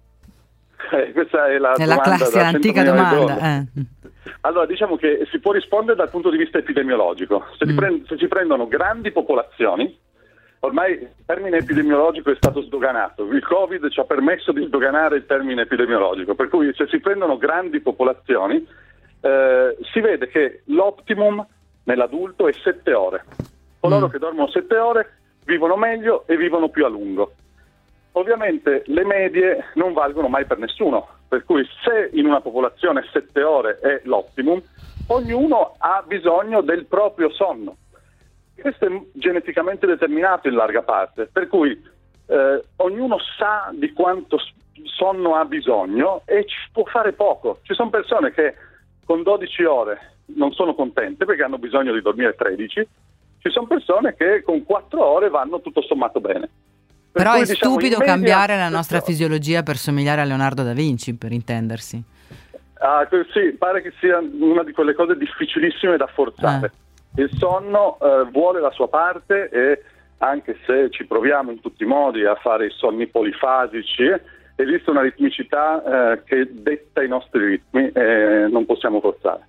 Questa è la classica antica domanda. Allora, diciamo che si può rispondere dal punto di vista epidemiologico. Se ci prendono grandi popolazioni, ormai il termine epidemiologico è stato sdoganato. Il Covid ci ha permesso di sdoganare il termine epidemiologico, per cui se si prendono grandi popolazioni si vede che l'optimum nell'adulto è 7 ore. Coloro che dormono 7 ore vivono meglio e vivono più a lungo. Ovviamente le medie non valgono mai per nessuno, per cui se in una popolazione 7 ore è l'optimum, ognuno ha bisogno del proprio sonno. Questo è geneticamente determinato in larga parte, per cui ognuno sa di quanto sonno ha bisogno e ci può fare poco. Ci sono persone che con 12 ore non sono contente perché hanno bisogno di dormire 13, ci sono persone che con 4 ore vanno tutto sommato bene. Però cui, è diciamo, stupido in media, cambiare la nostra fisiologia per somigliare a Leonardo da Vinci, per intendersi. Sì, pare che sia una di quelle cose difficilissime da forzare. Il sonno vuole la sua parte, e anche se ci proviamo in tutti i modi a fare i sonni polifasici, esiste una ritmicità che detta i nostri ritmi e non possiamo forzare.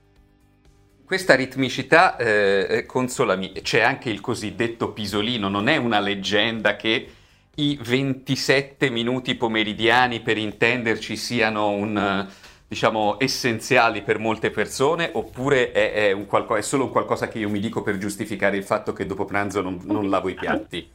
Questa ritmicità, consolami, c'è anche il cosiddetto pisolino, non è una leggenda che i 27 minuti pomeridiani, per intenderci, siano diciamo, essenziali per molte persone, oppure è solo un qualcosa che io mi dico per giustificare il fatto che dopo pranzo non lavo i piatti?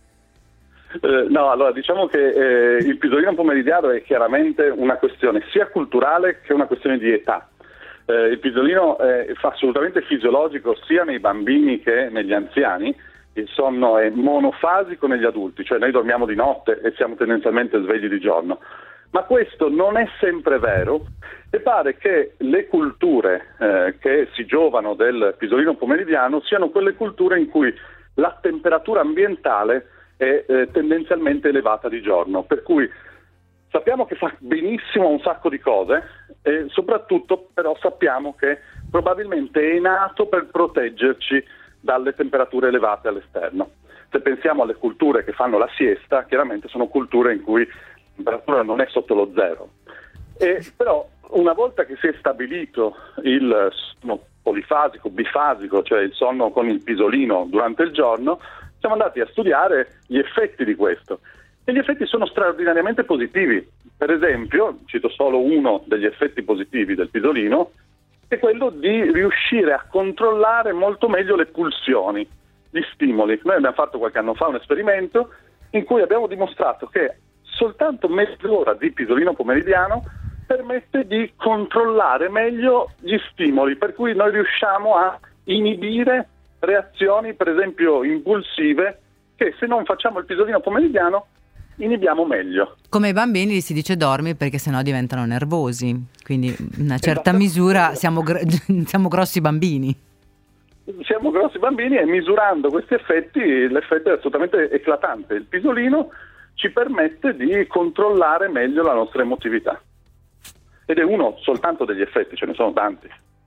No, allora diciamo che il pisolino pomeridiano è chiaramente una questione sia culturale che una questione di età. Il pisolino fa assolutamente fisiologico sia nei bambini che negli anziani. Il sonno è monofasico negli adulti, cioè noi dormiamo di notte e siamo tendenzialmente svegli di giorno. Ma questo non è sempre vero, e pare che le culture che si giovano del pisolino pomeridiano siano quelle culture in cui la temperatura ambientale è tendenzialmente elevata di giorno, per cui sappiamo che fa benissimo un sacco di cose, e soprattutto però sappiamo che probabilmente è nato per proteggerci dalle temperature elevate all'esterno. Se pensiamo alle culture che fanno la siesta, chiaramente sono culture in cui la temperatura non è sotto lo zero. Però una volta che si è stabilito il sonno polifasico, bifasico, cioè il sonno con il pisolino durante il giorno, siamo andati a studiare gli effetti di questo. E gli effetti sono straordinariamente positivi. Per esempio, cito solo uno degli effetti positivi del pisolino, è quello di riuscire a controllare molto meglio le pulsioni, gli stimoli. Noi abbiamo fatto qualche anno fa un esperimento in cui abbiamo dimostrato che soltanto mezz'ora di pisolino pomeridiano permette di controllare meglio gli stimoli, per cui noi riusciamo a inibire reazioni, per esempio impulsive, che se non facciamo il pisolino pomeridiano inibiamo meglio. Come i bambini si dice dormi perché sennò diventano nervosi, quindi in una certa misura siamo grossi bambini. Siamo grossi bambini, e misurando questi effetti, l'effetto è assolutamente eclatante. Il pisolino ci permette di controllare meglio la nostra emotività. Ed è uno soltanto degli effetti, ce ne sono tanti.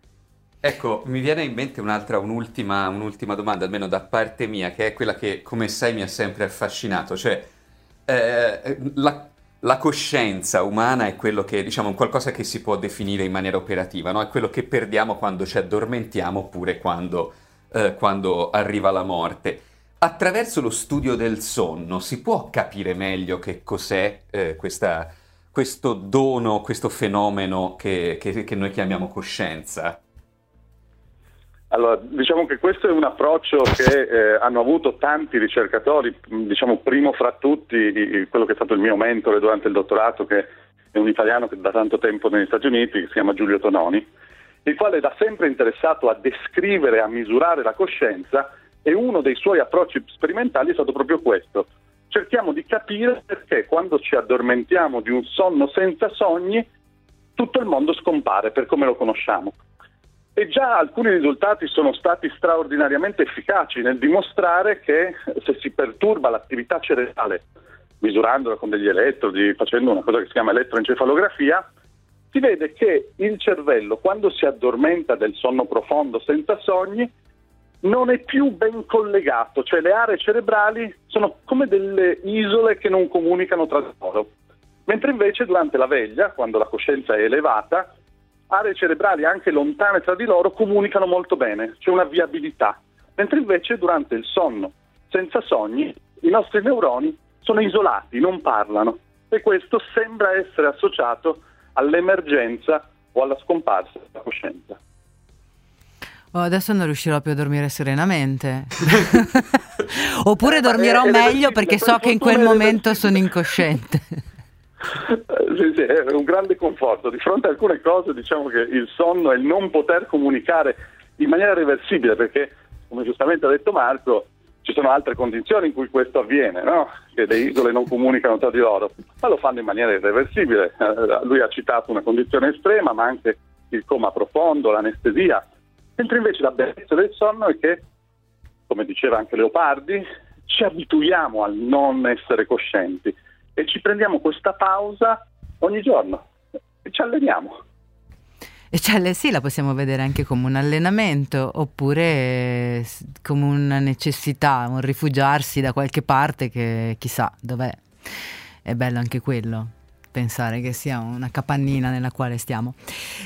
Ecco, mi viene in mente un'ultima domanda, almeno da parte mia, che è quella che, come sai, mi ha sempre affascinato, cioè la coscienza umana è quello che, diciamo, è qualcosa che si può definire in maniera operativa, no? È quello che perdiamo quando ci addormentiamo, oppure quando arriva la morte. Attraverso lo studio del sonno si può capire meglio che cos'è questo dono, questo fenomeno che noi chiamiamo coscienza? Allora, diciamo che questo è un approccio che hanno avuto tanti ricercatori, diciamo primo fra tutti quello che è stato il mio mentore durante il dottorato, che è un italiano che da tanto tempo negli Stati Uniti, che si chiama Giulio Tononi, il quale da sempre interessato a descrivere, a misurare la coscienza, e uno dei suoi approcci sperimentali è stato proprio questo. Cerchiamo di capire perché quando ci addormentiamo di un sonno senza sogni, tutto il mondo scompare per come lo conosciamo. E già alcuni risultati sono stati straordinariamente efficaci nel dimostrare che se si perturba l'attività cerebrale, misurandola con degli elettrodi, facendo una cosa che si chiama elettroencefalografia, si vede che il cervello, quando si addormenta del sonno profondo senza sogni, non è più ben collegato, cioè le aree cerebrali sono come delle isole che non comunicano tra loro. Mentre invece durante la veglia, quando la coscienza è elevata, aree cerebrali anche lontane tra di loro comunicano molto bene, c'è una viabilità. Mentre invece durante il sonno senza sogni i nostri neuroni sono isolati, non parlano, e questo sembra essere associato all'emergenza o alla scomparsa della coscienza. Adesso non riuscirò più a dormire serenamente. Oppure dormirò meglio perché so che in quel momento sono incosciente. Sì, è un grande conforto. Di fronte a alcune cose, diciamo che il sonno e il non poter comunicare in maniera reversibile, perché, come giustamente ha detto Marco, ci sono altre condizioni in cui questo avviene, no? Che le isole non comunicano tra di loro, ma lo fanno in maniera irreversibile. Lui ha citato una condizione estrema, ma anche il coma profondo, l'anestesia. Mentre invece la bellezza del sonno è che, come diceva anche Leopardi, ci abituiamo al non essere coscienti e ci prendiamo questa pausa ogni giorno e ci alleniamo. E sì, la possiamo vedere anche come un allenamento oppure come una necessità, un rifugiarsi da qualche parte che chissà dov'è. È bello anche quello, pensare che sia una capannina nella quale stiamo.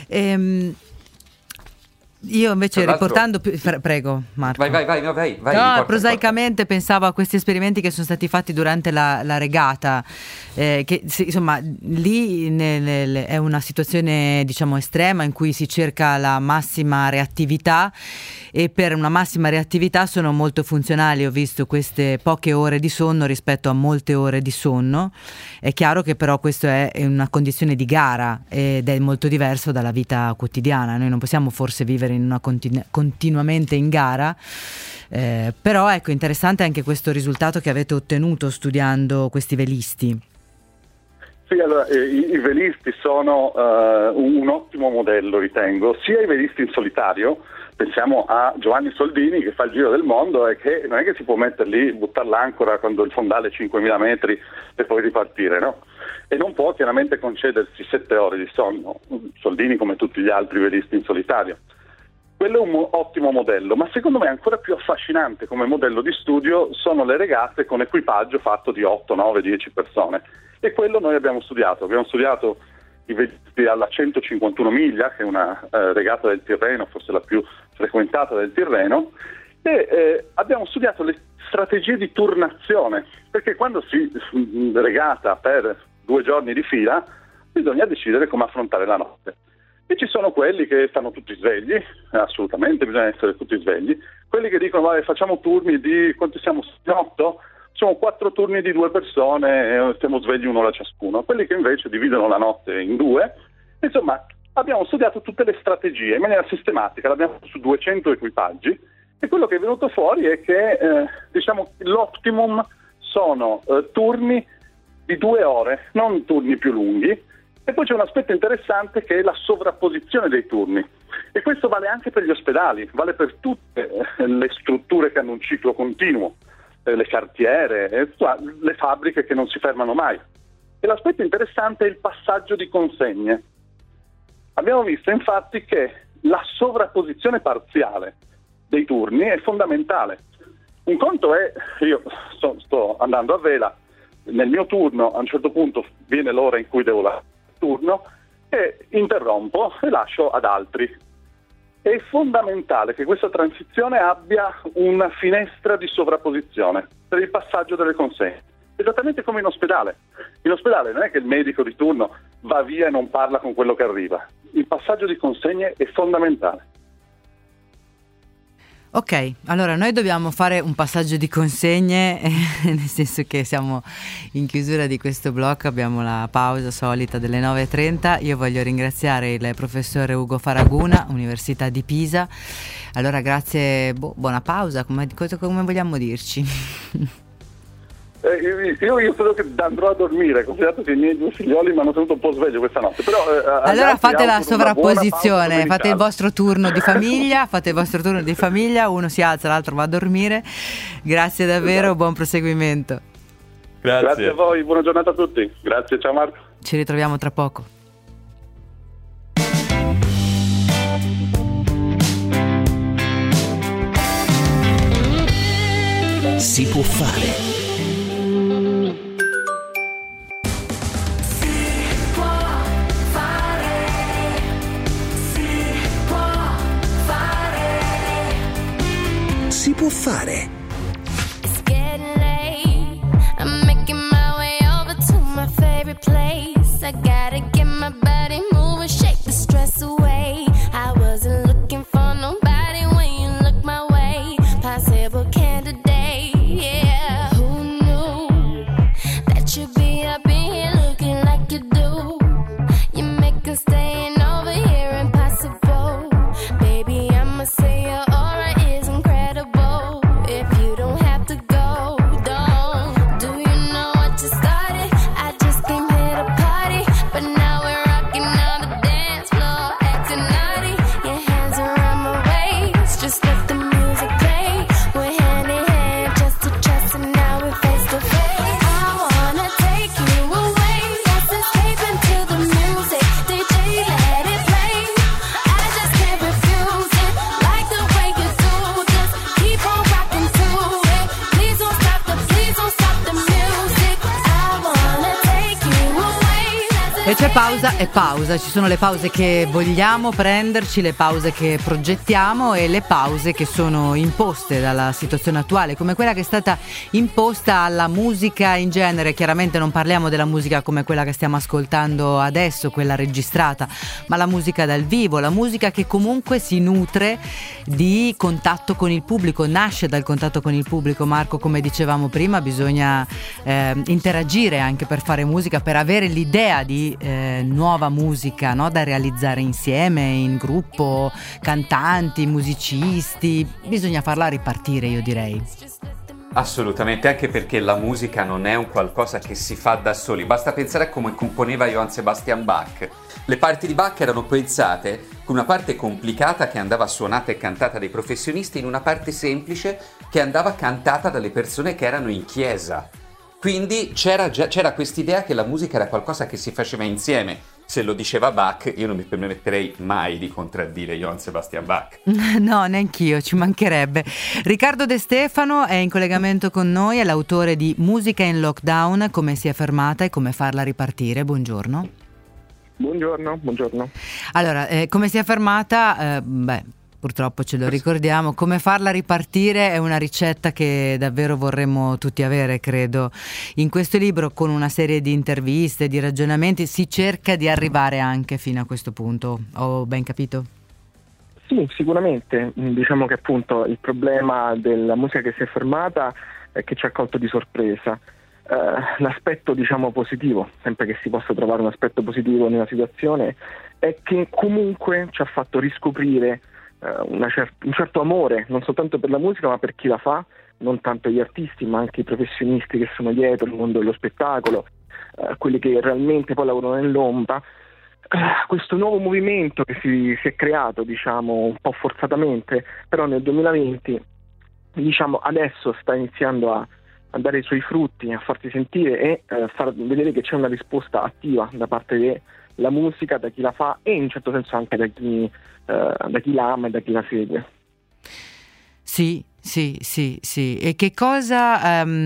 Io invece riportando prego Marco. Vai. No, prosaicamente pensavo a questi esperimenti che sono stati fatti durante la regata, che insomma lì è una situazione diciamo estrema in cui si cerca la massima reattività, e per una massima reattività sono molto funzionali, ho visto, queste poche ore di sonno rispetto a molte ore di sonno. È chiaro che però questo è una condizione di gara ed è molto diverso dalla vita quotidiana. Noi non possiamo forse vivere in una continuamente in gara, però ecco, interessante anche questo risultato che avete ottenuto studiando questi velisti. Sì, allora i velisti sono un ottimo modello, ritengo, sia i velisti in solitario. Pensiamo a Giovanni Soldini che fa il giro del mondo e che non è che si può mettere lì, buttare l'ancora quando il fondale è 5.000 metri e poi ripartire, no? E non può chiaramente concedersi 7 ore di sonno, Soldini come tutti gli altri velisti in solitario. Quello è un ottimo modello, ma secondo me ancora più affascinante come modello di studio sono le regate con equipaggio fatto di 8, 9, 10 persone. E quello noi abbiamo studiato i velisti alla 151 miglia, che è una regata del Tirreno, forse la più frequentata del Tirreno, e abbiamo studiato le strategie di turnazione, perché quando si regata per 2 giorni di fila bisogna decidere come affrontare la notte. E ci sono quelli che stanno tutti svegli, assolutamente bisogna essere tutti svegli, quelli che dicono vabbè, facciamo turni di, quanti siamo, 8? Sono 4 turni di 2 persone e stiamo svegli un'ora ciascuno, quelli che invece dividono la notte in 2. Insomma, abbiamo studiato tutte le strategie in maniera sistematica, l'abbiamo fatto su 200 equipaggi, e quello che è venuto fuori è che l'optimum sono turni di 2 ore, non turni più lunghi. E poi c'è un aspetto interessante che è la sovrapposizione dei turni, e questo vale anche per gli ospedali, vale per tutte le strutture che hanno un ciclo continuo, le cartiere, le fabbriche che non si fermano mai. E l'aspetto interessante è il passaggio di consegne. Abbiamo visto infatti che la sovrapposizione parziale dei turni è fondamentale. Un conto è, io sto andando a vela, nel mio turno a un certo punto viene l'ora in cui devo lavorare il turno e interrompo e lascio ad altri. È fondamentale che questa transizione abbia una finestra di sovrapposizione per il passaggio delle consegne, esattamente come in ospedale. In ospedale non è che il medico di turno va via e non parla con quello che arriva. Il passaggio di consegne è fondamentale. Ok, allora noi dobbiamo fare un passaggio di consegne, nel senso che siamo in chiusura di questo blocco, abbiamo la pausa solita delle 9.30. Io voglio ringraziare il professore Ugo Faraguna, Università di Pisa. Allora grazie, buona pausa, come vogliamo dirci? Io credo che andrò a dormire, considerato che i miei 2 figlioli mi hanno tenuto un po' sveglio questa notte. Però, allora fate la sovrapposizione, fate il vostro turno di famiglia, uno si alza, l'altro va a dormire. Grazie davvero, buon proseguimento. Grazie a voi, buona giornata a tutti. Grazie, ciao Marco. Ci ritroviamo tra poco. Si può fare. Si può fare. It's getting late. I'm making my way over to my favorite place. I gotta get my body moving, shake the stress away. I wasn't looking for nobody when you look my way. Possible candidate, yeah. Who knew that you'd be up in here looking like you do? You make us staying over here impossible. Baby, I'ma say you're alright. But now E c'è pausa e pausa, ci sono le pause che vogliamo prenderci, le pause che progettiamo e le pause che sono imposte dalla situazione attuale, come quella che è stata imposta alla musica in genere. Chiaramente non parliamo della musica come quella che stiamo ascoltando adesso, quella registrata, ma la musica dal vivo, la musica che comunque si nutre di contatto con il pubblico, nasce dal contatto con il pubblico. Marco, come dicevamo prima, bisogna interagire anche per fare musica, per avere l'idea di nuova musica, no? Da realizzare insieme, in gruppo, cantanti, musicisti, bisogna farla ripartire, io direi. Assolutamente, anche perché la musica non è un qualcosa che si fa da soli, basta pensare a come componeva Johann Sebastian Bach. Le parti di Bach erano pensate con una parte complicata che andava suonata e cantata dai professionisti in una parte semplice che andava cantata dalle persone che erano in chiesa. Quindi c'era quest'idea che la musica era qualcosa che si faceva insieme. Se lo diceva Bach, io non mi permetterei mai di contraddire Johann Sebastian Bach. No, neanch'io, ci mancherebbe. Riccardo De Stefano è in collegamento con noi, è l'autore di Musica in Lockdown, come si è fermata e come farla ripartire. Buongiorno. Buongiorno. Allora, come si è fermata? Purtroppo ce lo ricordiamo, come farla ripartire è una ricetta che davvero vorremmo tutti avere, credo. In questo libro, con una serie di interviste, di ragionamenti, si cerca di arrivare anche fino a questo punto. Ho ben capito? Sì, sicuramente. Diciamo che appunto il problema della musica che si è fermata è che ci ha colto di sorpresa. L'aspetto, diciamo, positivo, sempre che si possa trovare un aspetto positivo nella situazione, è che comunque ci ha fatto riscoprire un certo amore, non soltanto per la musica ma per chi la fa, non tanto gli artisti ma anche i professionisti che sono dietro il mondo dello spettacolo, quelli che realmente poi lavorano nell'ombra. Questo nuovo movimento che si è creato, diciamo, un po' forzatamente, però nel 2020, diciamo, adesso sta iniziando a dare i suoi frutti, a farsi sentire e far vedere che c'è una risposta attiva da parte della musica, da chi la fa e in un certo senso anche da chi la ama e da chi la segue. Sì. E che cosa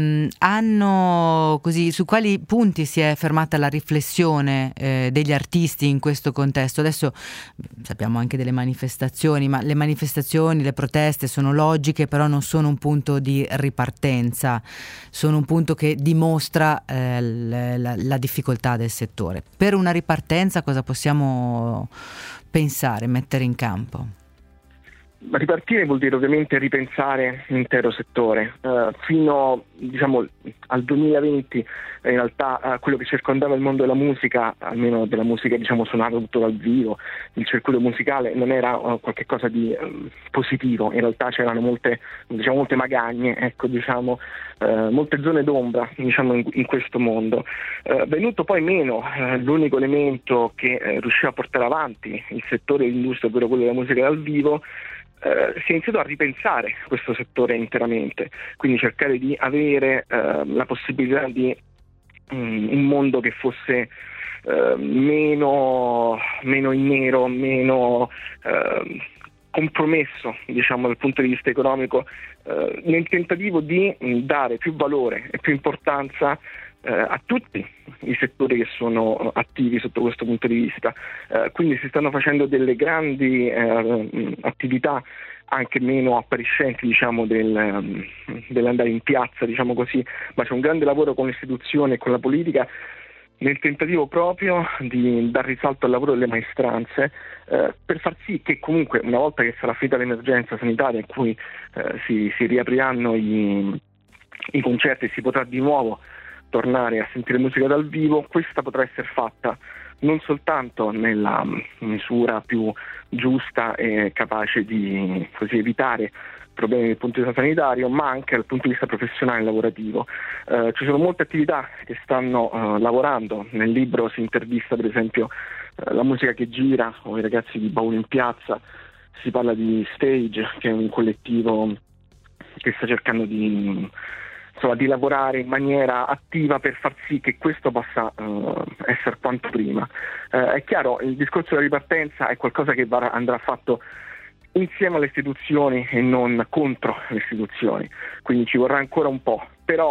hanno, così, su quali punti si è fermata la riflessione degli artisti in questo contesto? Adesso sappiamo anche delle manifestazioni, ma le manifestazioni, le proteste sono logiche, però non sono un punto di ripartenza, sono un punto che dimostra la difficoltà del settore. Per una ripartenza cosa possiamo pensare, mettere in campo? Ripartire vuol dire ovviamente ripensare l'intero settore. Fino, diciamo, al 2020 in realtà quello che circondava il mondo della musica, almeno della musica, diciamo, suonata tutto dal vivo, il circuito musicale non era qualche cosa di positivo. In realtà c'erano molte magagne, ecco, diciamo, molte zone d'ombra, diciamo, in questo mondo. Venuto poi meno l'unico elemento che riusciva a portare avanti il settore dell'industria, ovvero quello della musica dal vivo, si è iniziato a ripensare questo settore interamente, quindi cercare di avere la possibilità di un mondo che fosse meno in nero, meno compromesso, diciamo, dal punto di vista economico, nel tentativo di dare più valore e più importanza a tutti i settori che sono attivi sotto questo punto di vista. Quindi si stanno facendo delle grandi attività anche meno appariscenti, diciamo, dell'andare in piazza, diciamo così, ma c'è un grande lavoro con le istituzioni e con la politica nel tentativo proprio di dar risalto al lavoro delle maestranze, per far sì che comunque, una volta che sarà finita l'emergenza sanitaria in cui si riapriranno i concerti e si potrà di nuovo tornare a sentire musica dal vivo, questa potrà essere fatta non soltanto nella misura più giusta e capace di così evitare problemi dal punto di vista sanitario, ma anche dal punto di vista professionale e lavorativo. Ci sono molte attività che stanno lavorando. Nel libro si intervista per esempio la musica che gira o i ragazzi di Baule in Piazza, si parla di Stage, che è un collettivo che sta cercando di lavorare in maniera attiva per far sì che questo possa essere quanto prima. È chiaro, il discorso della ripartenza è qualcosa che andrà fatto insieme alle istituzioni e non contro le istituzioni, quindi ci vorrà ancora un po', però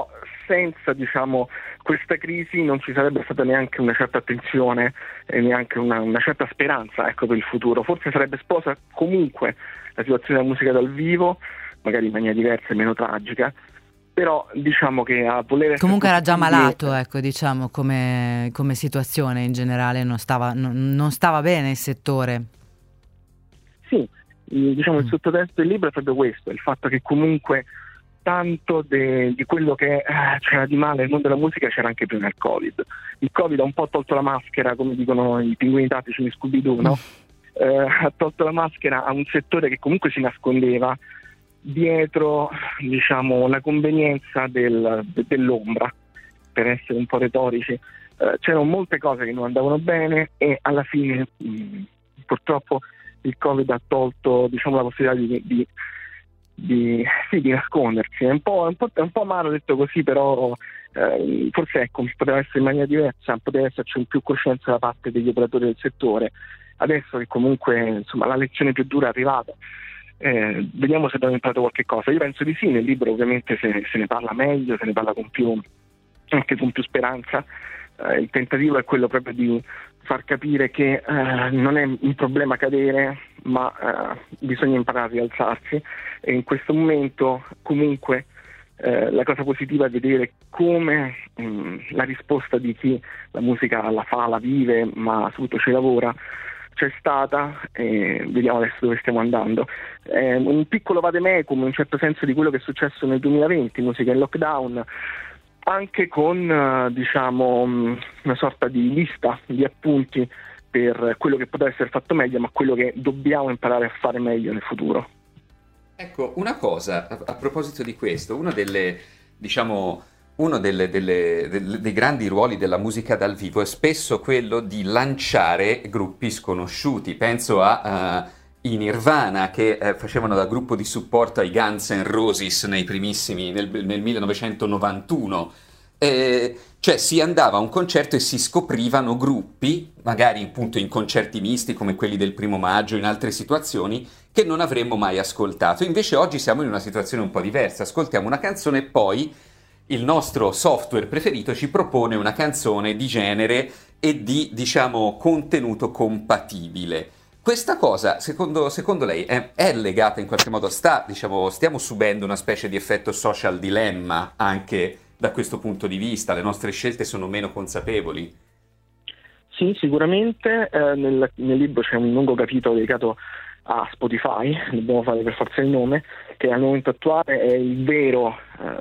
senza, diciamo, questa crisi non ci sarebbe stata neanche una certa attenzione e neanche una certa speranza, ecco, per il futuro. Forse sarebbe esplosa comunque la situazione della musica dal vivo, magari in maniera diversa e meno tragica, però diciamo che a voler essere comunque era già malato, ecco, diciamo, come situazione in generale, non stava bene il settore. Sì, diciamo il sottotesto del libro è proprio questo, il fatto che comunque tanto di quello che c'era di male nel mondo della musica c'era anche prima del Covid. Il Covid ha un po' tolto la maschera, come dicono i pinguini tattici di Scooby-Doo, no? Ha tolto la maschera a un settore che comunque si nascondeva dietro, diciamo, la convenienza dell'ombra, per essere un po' retorici. C'erano molte cose che non andavano bene e alla fine purtroppo il Covid ha tolto, diciamo, la possibilità di nascondersi. È un po' amaro detto così, però forse ecco, poteva essere in maniera diversa, poteva esserci un più coscienza da parte degli operatori del settore. Adesso che comunque, insomma, la lezione più dura è arrivata, vediamo se abbiamo imparato qualche cosa. Io penso di sì, nel libro ovviamente se ne parla meglio, se ne parla anche con più speranza. Il tentativo è quello proprio di far capire che non è un problema cadere, ma bisogna imparare a rialzarsi, e in questo momento comunque la cosa positiva è vedere come la risposta di chi la musica la fa, la vive, ma soprattutto ci lavora, c'è stata, e vediamo adesso dove stiamo andando. Un piccolo vademecum in un certo senso di quello che è successo nel 2020, musica in lockdown, anche con diciamo una sorta di lista di appunti per quello che poteva essere fatto meglio, ma quello che dobbiamo imparare a fare meglio nel futuro. Ecco, una cosa a proposito di questo, uno dei grandi ruoli della musica dal vivo è spesso quello di lanciare gruppi sconosciuti. Penso i Nirvana, che facevano da gruppo di supporto ai Guns N' Roses nel 1991. Cioè si andava a un concerto e si scoprivano gruppi, magari appunto in concerti misti come quelli del 1° maggio, in altre situazioni, che non avremmo mai ascoltato. Invece oggi siamo in una situazione un po' diversa, ascoltiamo una canzone e poi il nostro software preferito ci propone una canzone di genere e di, diciamo, contenuto compatibile. Questa cosa, secondo lei, è legata in qualche modo, stiamo subendo una specie di effetto social dilemma anche da questo punto di vista? Le nostre scelte sono meno consapevoli? Sì, sicuramente. Nel libro c'è un lungo capitolo dedicato a Spotify, dobbiamo fare per forza il nome, che al momento attuale è il vero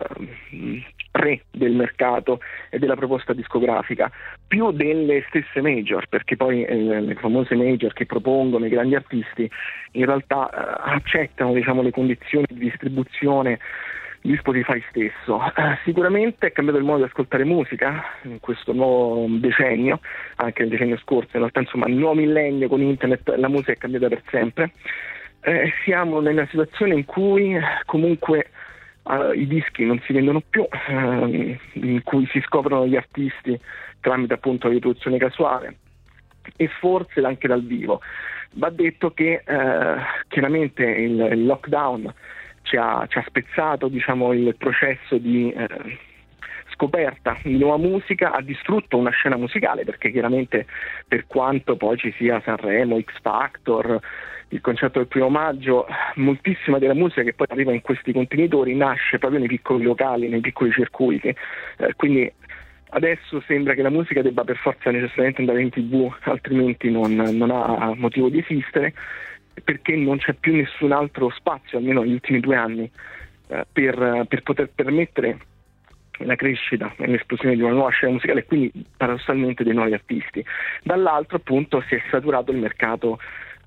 re del mercato e della proposta discografica, più delle stesse major, perché poi le famose major che propongono i grandi artisti in realtà accettano, diciamo, le condizioni di distribuzione di Spotify stesso. Sicuramente è cambiato il modo di ascoltare musica in questo nuovo decennio, anche nel decennio scorso, in realtà, insomma, il nuovo millennio con internet la musica è cambiata per sempre. Siamo nella situazione in cui comunque i dischi non si vendono più, in cui si scoprono gli artisti tramite appunto la riproduzione casuale e forse anche dal vivo. Va detto che chiaramente il lockdown ci ha spezzato, diciamo, il processo di scoperta di nuova musica, ha distrutto una scena musicale, perché chiaramente, per quanto poi ci sia Sanremo, X Factor, il concerto del 1° maggio, moltissima della musica che poi arriva in questi contenitori nasce proprio nei piccoli locali, nei piccoli circuiti, quindi adesso sembra che la musica debba per forza necessariamente andare in TV, altrimenti non ha motivo di esistere, perché non c'è più nessun altro spazio, almeno negli ultimi 2 anni, per poter permettere la crescita e l'esplosione di una nuova scena musicale e quindi paradossalmente dei nuovi artisti. Dall'altro appunto si è saturato il mercato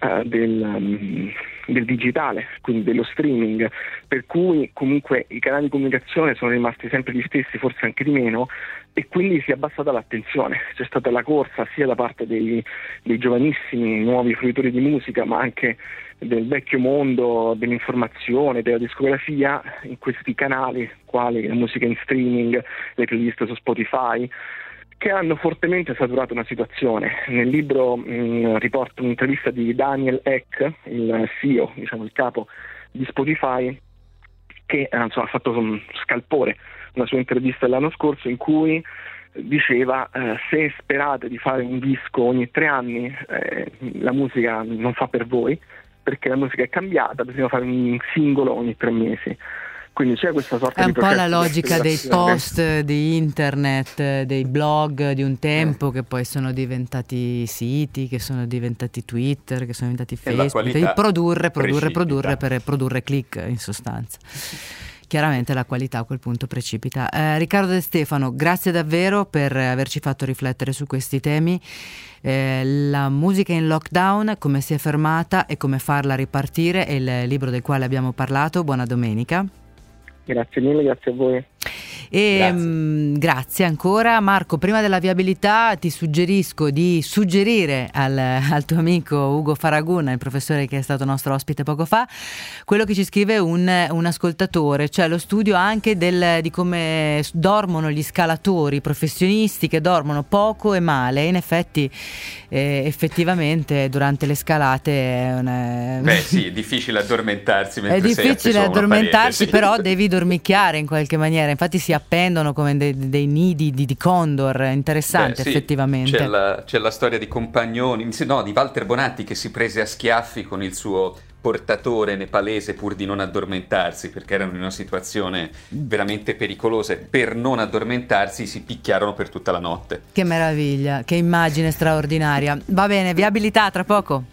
del digitale, quindi dello streaming, per cui comunque i canali di comunicazione sono rimasti sempre gli stessi, forse anche di meno, e quindi si è abbassata l'attenzione. C'è stata la corsa sia da parte dei giovanissimi nuovi fruitori di musica, ma anche del vecchio mondo dell'informazione, della discografia, in questi canali quali la musica in streaming, le playlist su Spotify, che hanno fortemente saturato una situazione. Nel libro riporto un'intervista di Daniel Ek, il CEO, diciamo il capo di Spotify, che ha fatto un scalpore una sua intervista dell'anno scorso in cui diceva se sperate di fare un disco ogni 3 anni la musica non fa per voi, perché la musica è cambiata, bisogna fare un singolo ogni 3 mesi. Quindi c'è questa sorta di processo. È un po' la logica dei post di internet, dei blog di un tempo che poi sono diventati siti, che sono diventati Twitter, che sono diventati Facebook. Devi produrre per produrre click, in sostanza. Chiaramente la qualità a quel punto precipita. Riccardo De Stefano, grazie davvero per averci fatto riflettere su questi temi. La musica in lockdown, come si è fermata e come farla ripartire, è il libro del quale abbiamo parlato. Buona domenica. Grazie mille, grazie a voi. E grazie ancora Marco. Prima della viabilità ti suggerisco di suggerire al tuo amico Ugo Faraguna, il professore che è stato nostro ospite poco fa, quello che ci scrive un ascoltatore, cioè lo studio anche di come dormono gli scalatori professionisti, che dormono poco e male. In effetti effettivamente durante le scalate è difficile addormentarsi mentre è difficile addormentarsi, però sì. devi dormicchiare in qualche maniera, infatti si appendono come dei nidi di condor. Interessante. Effettivamente c'è la storia di Compagnoni, di Walter Bonatti, che si prese a schiaffi con il suo portatore nepalese pur di non addormentarsi, perché erano in una situazione veramente pericolosa, e per non addormentarsi si picchiarono per tutta la notte. Che meraviglia, che immagine straordinaria. Va bene, viabilità tra poco.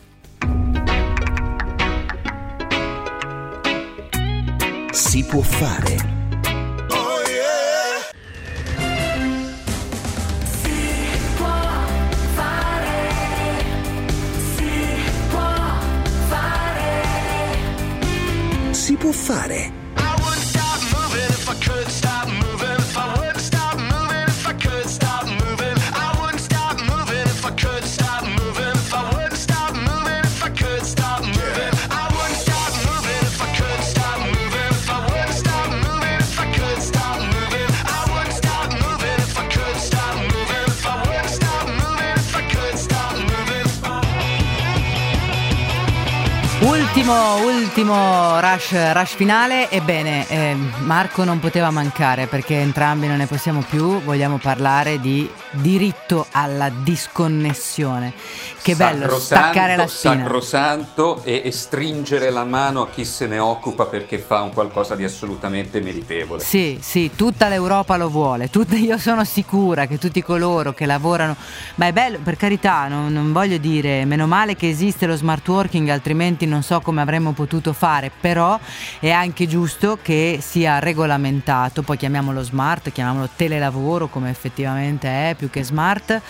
Si può fare. Si può fare. Ultimo rush finale. Ebbene, Marco non poteva mancare, perché entrambi non ne possiamo più. Vogliamo parlare di diritto alla disconnessione. Che bello staccare la spina. Sacrosanto, e stringere la mano a chi se ne occupa, perché fa un qualcosa di assolutamente meritevole. Sì, tutta l'Europa lo vuole. Io sono sicura che tutti coloro che lavorano, ma è bello, per carità, non voglio dire, meno male che esiste lo smart working, altrimenti non so come avremmo potuto fare, però è anche giusto che sia regolamentato. Poi chiamiamolo smart, chiamiamolo telelavoro, come effettivamente è, più che smart.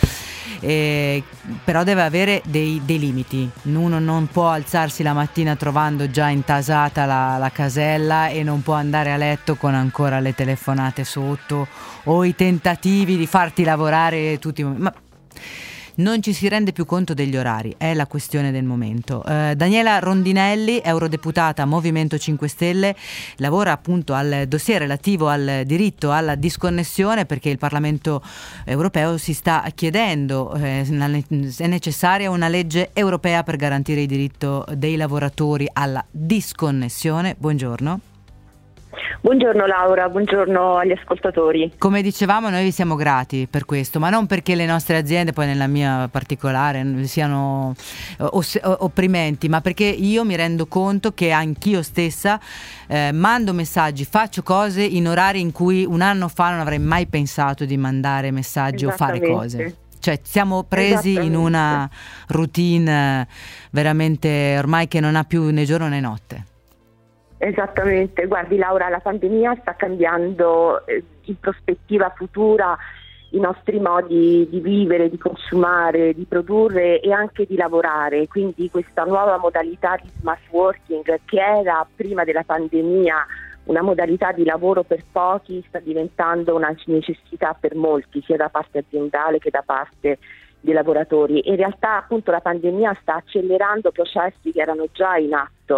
Però deve avere dei limiti. Uno non può alzarsi la mattina trovando già intasata la casella, e non può andare a letto con ancora le telefonate sotto o i tentativi di farti lavorare tutti. Ma non ci si rende più conto degli orari, è la questione del momento. Daniela Rondinelli, eurodeputata Movimento 5 Stelle, lavora appunto al dossier relativo al diritto alla disconnessione, perché il Parlamento europeo si sta chiedendo è necessaria una legge europea per garantire il diritto dei lavoratori alla disconnessione. Buongiorno. Buongiorno Laura, buongiorno agli ascoltatori. Come dicevamo, noi vi siamo grati per questo, ma non perché le nostre aziende, poi nella mia particolare, siano opprimenti, ma perché io mi rendo conto che anch'io stessa mando messaggi, faccio cose in orari in cui un anno fa non avrei mai pensato di mandare messaggi o fare cose. Cioè siamo presi in una routine veramente ormai che non ha più né giorno né notte. Esattamente, guardi Laura, la pandemia sta cambiando in prospettiva futura i nostri modi di vivere, di consumare, di produrre e anche di lavorare, quindi questa nuova modalità di smart working, che era prima della pandemia una modalità di lavoro per pochi, sta diventando una necessità per molti, sia da parte aziendale che da parte dei lavoratori. In realtà appunto la pandemia sta accelerando processi che erano già in atto,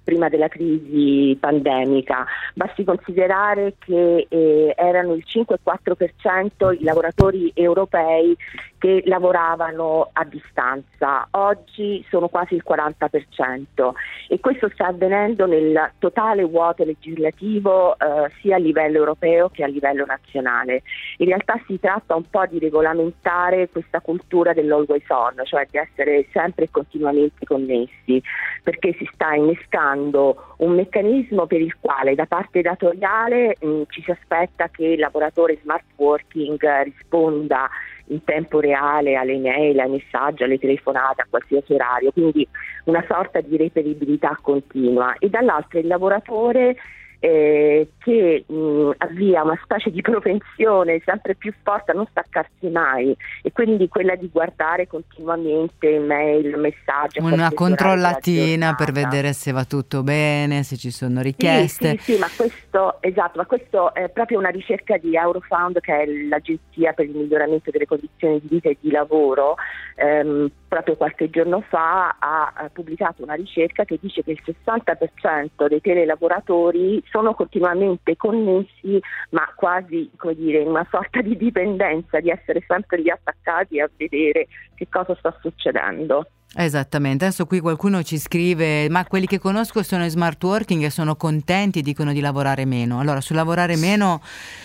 prima della crisi pandemica. Basti considerare che erano il 5,4% i lavoratori europei che lavoravano a distanza, oggi sono quasi il 40%, e questo sta avvenendo nel totale vuoto legislativo sia a livello europeo che a livello nazionale. In realtà si tratta un po' di regolamentare questa cultura dell'always on, cioè di essere sempre e continuamente connessi, perché si sta innescando un meccanismo per il quale da parte datoriale ci si aspetta che il lavoratore smart working risponda in tempo reale alle email, ai messaggi, alle telefonate, a qualsiasi orario, quindi una sorta di reperibilità continua, e dall'altro il lavoratore che avvia una specie di propensione sempre più forte a non staccarsi mai, e quindi quella di guardare continuamente mail, messaggi, una controllatina per vedere se va tutto bene, se ci sono richieste. Sì, ma questo è proprio una ricerca di Eurofound, che è l'agenzia per il miglioramento delle condizioni di vita e di lavoro. Proprio qualche giorno fa ha pubblicato una ricerca che dice che il 60% dei telelavoratori sono continuamente connessi, ma quasi, come dire, in una sorta di dipendenza, di essere sempre lì attaccati a vedere che cosa sta succedendo. Esattamente, adesso qui qualcuno ci scrive: ma quelli che conosco sono in smart working e sono contenti, dicono di lavorare meno. Allora, sul lavorare meno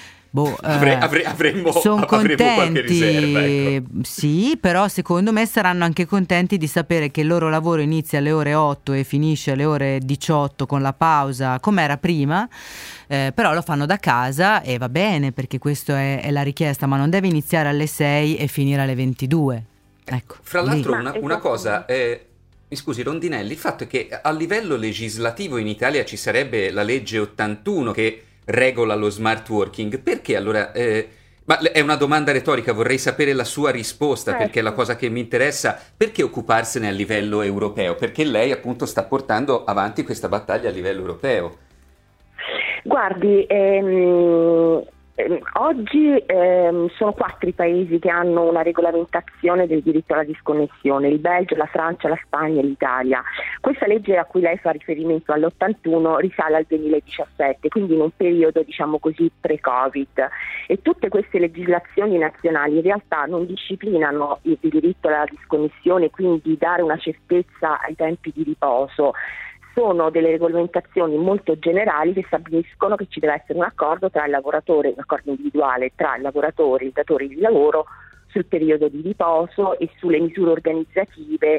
avremmo contenti, qualche riserva, ecco. Sì, però secondo me saranno anche contenti di sapere che il loro lavoro inizia alle ore 8 e finisce alle ore 18 con la pausa come era prima, però lo fanno da casa e va bene, perché questa è la richiesta, ma non deve iniziare alle 6 e finire alle 22. Ecco. Fra l'altro una cosa, mi scusi Rondinelli, il fatto è che a livello legislativo in Italia ci sarebbe la legge 81 che regola lo smart working. Perché allora, ma è una domanda retorica, vorrei sapere la sua risposta, perché è la cosa che mi interessa. Perché occuparsene a livello europeo? Perché lei appunto sta portando avanti questa battaglia a livello europeo. Guardi, oggi sono 4 i paesi che hanno una regolamentazione del diritto alla disconnessione: il Belgio, la Francia, la Spagna e l'Italia. Questa legge a cui lei fa riferimento, all'81, risale al 2017, quindi in un periodo, diciamo così, pre-Covid, e tutte queste legislazioni nazionali in realtà non disciplinano il diritto alla disconnessione, quindi dare una certezza ai tempi di riposo. Sono delle regolamentazioni molto generali che stabiliscono che ci deve essere un accordo tra il lavoratore, un accordo individuale tra il lavoratore e il datore di lavoro sul periodo di riposo e sulle misure organizzative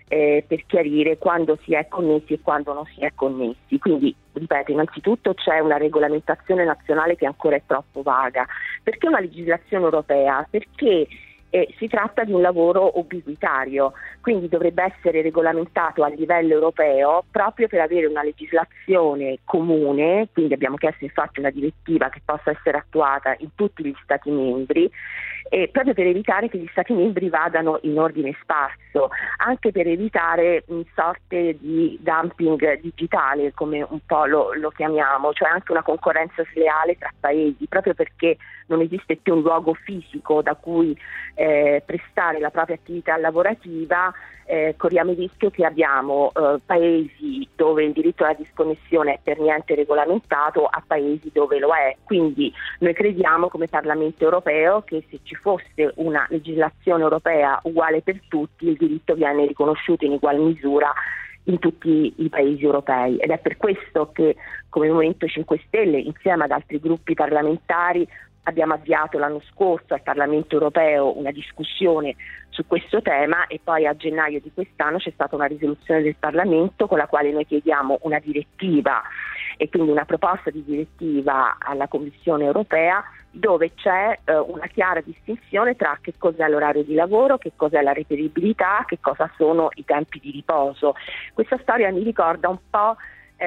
per chiarire quando si è connessi e quando non si è connessi. Quindi, ripeto, innanzitutto c'è una regolamentazione nazionale che ancora è troppo vaga. Perché una legislazione europea? Perché si tratta di un lavoro ubiquitario, quindi dovrebbe essere regolamentato a livello europeo proprio per avere una legislazione comune. Quindi abbiamo chiesto infatti una direttiva che possa essere attuata in tutti gli Stati membri, e proprio per evitare che gli Stati membri vadano in ordine sparso, anche per evitare una sorte di dumping digitale, come un po' lo chiamiamo, cioè anche una concorrenza sleale tra paesi, proprio perché non esiste più un luogo fisico da cui prestare la propria attività lavorativa. Corriamo il rischio che abbiamo paesi dove il diritto alla disconnessione è per niente regolamentato a paesi dove lo è. Quindi noi crediamo come Parlamento europeo che se ci fosse una legislazione europea uguale per tutti, il diritto viene riconosciuto in ugual misura in tutti i paesi europei, ed è per questo che come Movimento 5 Stelle, insieme ad altri gruppi parlamentari, abbiamo avviato l'anno scorso al Parlamento europeo una discussione su questo tema, e poi a gennaio di quest'anno c'è stata una risoluzione del Parlamento con la quale noi chiediamo una direttiva, e quindi una proposta di direttiva alla Commissione europea, dove c'è una chiara distinzione tra che cos'è l'orario di lavoro, che cos'è la reperibilità, che cosa sono i tempi di riposo. Questa storia mi ricorda un po'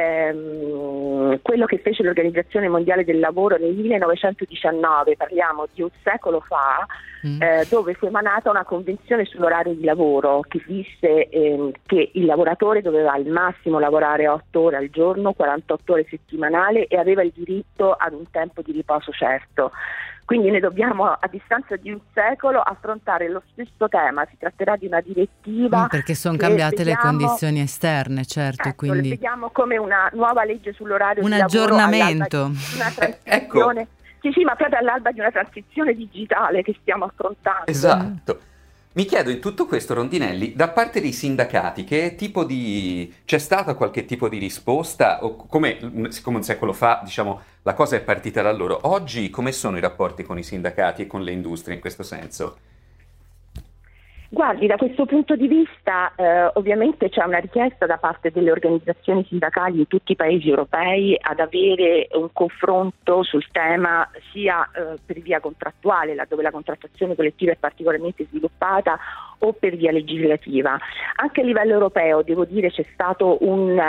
quello che fece l'Organizzazione Mondiale del Lavoro nel 1919, parliamo di un secolo fa, dove fu emanata una convenzione sull'orario di lavoro che disse che il lavoratore doveva al massimo lavorare 8 ore al giorno, 48 ore settimanali, e aveva il diritto ad un tempo di riposo certo. Quindi noi dobbiamo, a distanza di un secolo, affrontare lo stesso tema. Si tratterà di una direttiva perché sono cambiate le condizioni esterne, certo, quindi lo vediamo come una nuova legge sull'orario un di lavoro, aggiornamento, una transizione. Sì, ma proprio all'alba di una transizione digitale che stiamo affrontando. Esatto. Mi chiedo in tutto questo, Rondinelli, da parte dei sindacati, che tipo di... c'è stata qualche tipo di risposta? O come un secolo fa, diciamo, la cosa è partita da loro. Oggi come sono i rapporti con i sindacati e con le industrie in questo senso? Guardi, da questo punto di vista ovviamente c'è una richiesta da parte delle organizzazioni sindacali in tutti i paesi europei ad avere un confronto sul tema sia per via contrattuale, laddove la contrattazione collettiva è particolarmente sviluppata, o per via legislativa. Anche a livello europeo, devo dire, c'è stato un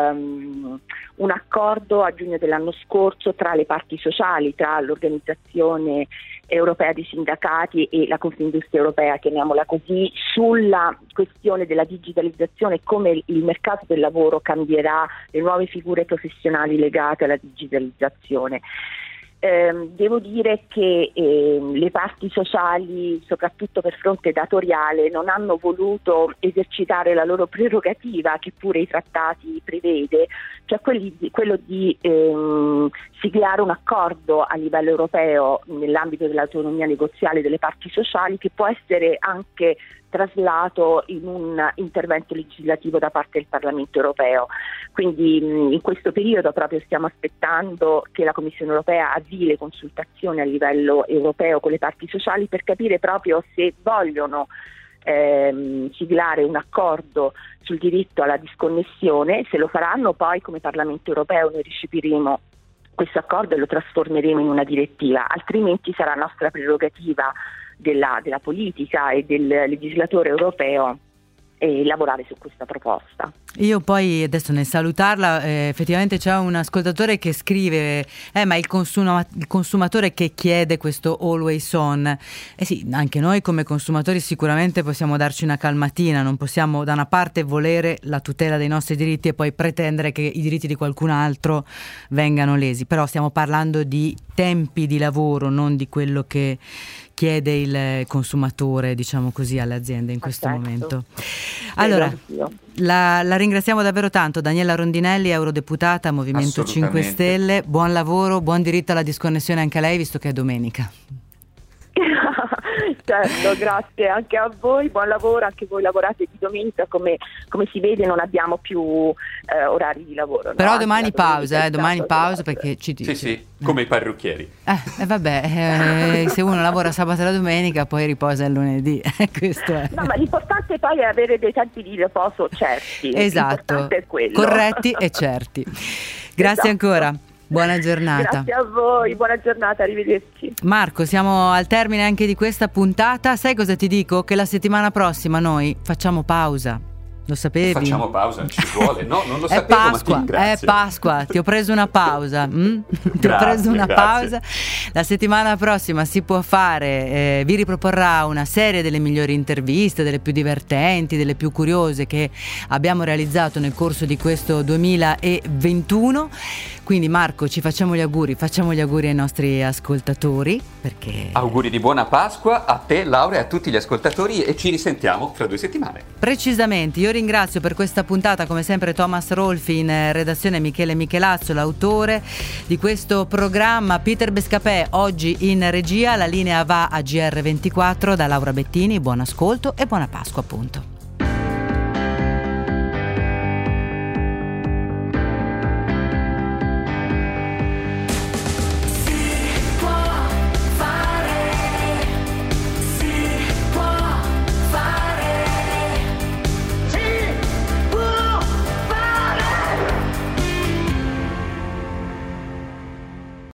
accordo a giugno dell'anno scorso tra le parti sociali, tra l'Organizzazione Europea di Sindacati e la Confindustria Europea, chiamiamola così, sulla questione della digitalizzazione e come il mercato del lavoro cambierà, le nuove figure professionali legate alla digitalizzazione. Devo dire che le parti sociali, soprattutto per fronte datoriale, non hanno voluto esercitare la loro prerogativa, che pure i trattati prevede, cioè quello di siglare un accordo a livello europeo nell'ambito dell'autonomia negoziale delle parti sociali, che può essere anche traslato in un intervento legislativo da parte del Parlamento europeo. Quindi in questo periodo proprio stiamo aspettando che la Commissione europea avvii le consultazioni a livello europeo con le parti sociali per capire proprio se vogliono siglare un accordo sul diritto alla disconnessione. Se lo faranno, poi come Parlamento europeo noi recepiremo questo accordo e lo trasformeremo in una direttiva, altrimenti sarà nostra prerogativa della politica e del legislatore europeo lavorare su questa proposta. Io poi adesso nel salutarla effettivamente c'è un ascoltatore che scrive ma il consumatore che chiede questo always on. Sì, anche noi come consumatori sicuramente possiamo darci una calmatina, non possiamo da una parte volere la tutela dei nostri diritti e poi pretendere che i diritti di qualcun altro vengano lesi, però stiamo parlando di tempi di lavoro, non di quello che chiede il consumatore, diciamo così, alle aziende in questo momento. Allora, la ringraziamo davvero tanto, Daniela Rondinelli, eurodeputata Movimento 5 Stelle. Buon lavoro, buon diritto alla disconnessione anche a lei, visto che è domenica. Certo, grazie anche a voi, buon lavoro, anche voi lavorate di domenica, come si vede non abbiamo più orari di lavoro. Però no? domani pausa, domani pausa perché Sì, come i parrucchieri. Vabbè, se uno lavora sabato e la domenica poi riposa il lunedì, questo è. No, ma l'importante poi è avere dei tempi di riposo certi. Esatto, è quello. Corretti e certi. Grazie ancora. Buona giornata. Grazie a voi, buona giornata, arrivederci. Marco, siamo al termine anche di questa puntata. Sai cosa ti dico? Che la settimana prossima noi facciamo pausa. Lo sapevi? Facciamo pausa, ci vuole. No, non lo sapevo, Pasqua, ma ti ringrazio. È Pasqua, ti ho preso una pausa. Ti ho preso una pausa. La settimana prossima si può fare, vi riproporrà una serie delle migliori interviste, delle più divertenti, delle più curiose che abbiamo realizzato nel corso di questo 2021. Quindi Marco, ci facciamo gli auguri ai nostri ascoltatori, perché... Auguri di buona Pasqua a te, Laura, e a tutti gli ascoltatori, e ci risentiamo fra 2 settimane. Precisamente, io ringrazio per questa puntata come sempre Thomas Rolfi, in redazione Michele Michelazzo, l'autore di questo programma, Peter Bescapè oggi in regia. La linea va a GR24 da Laura Bettini. Buon ascolto e buona Pasqua appunto.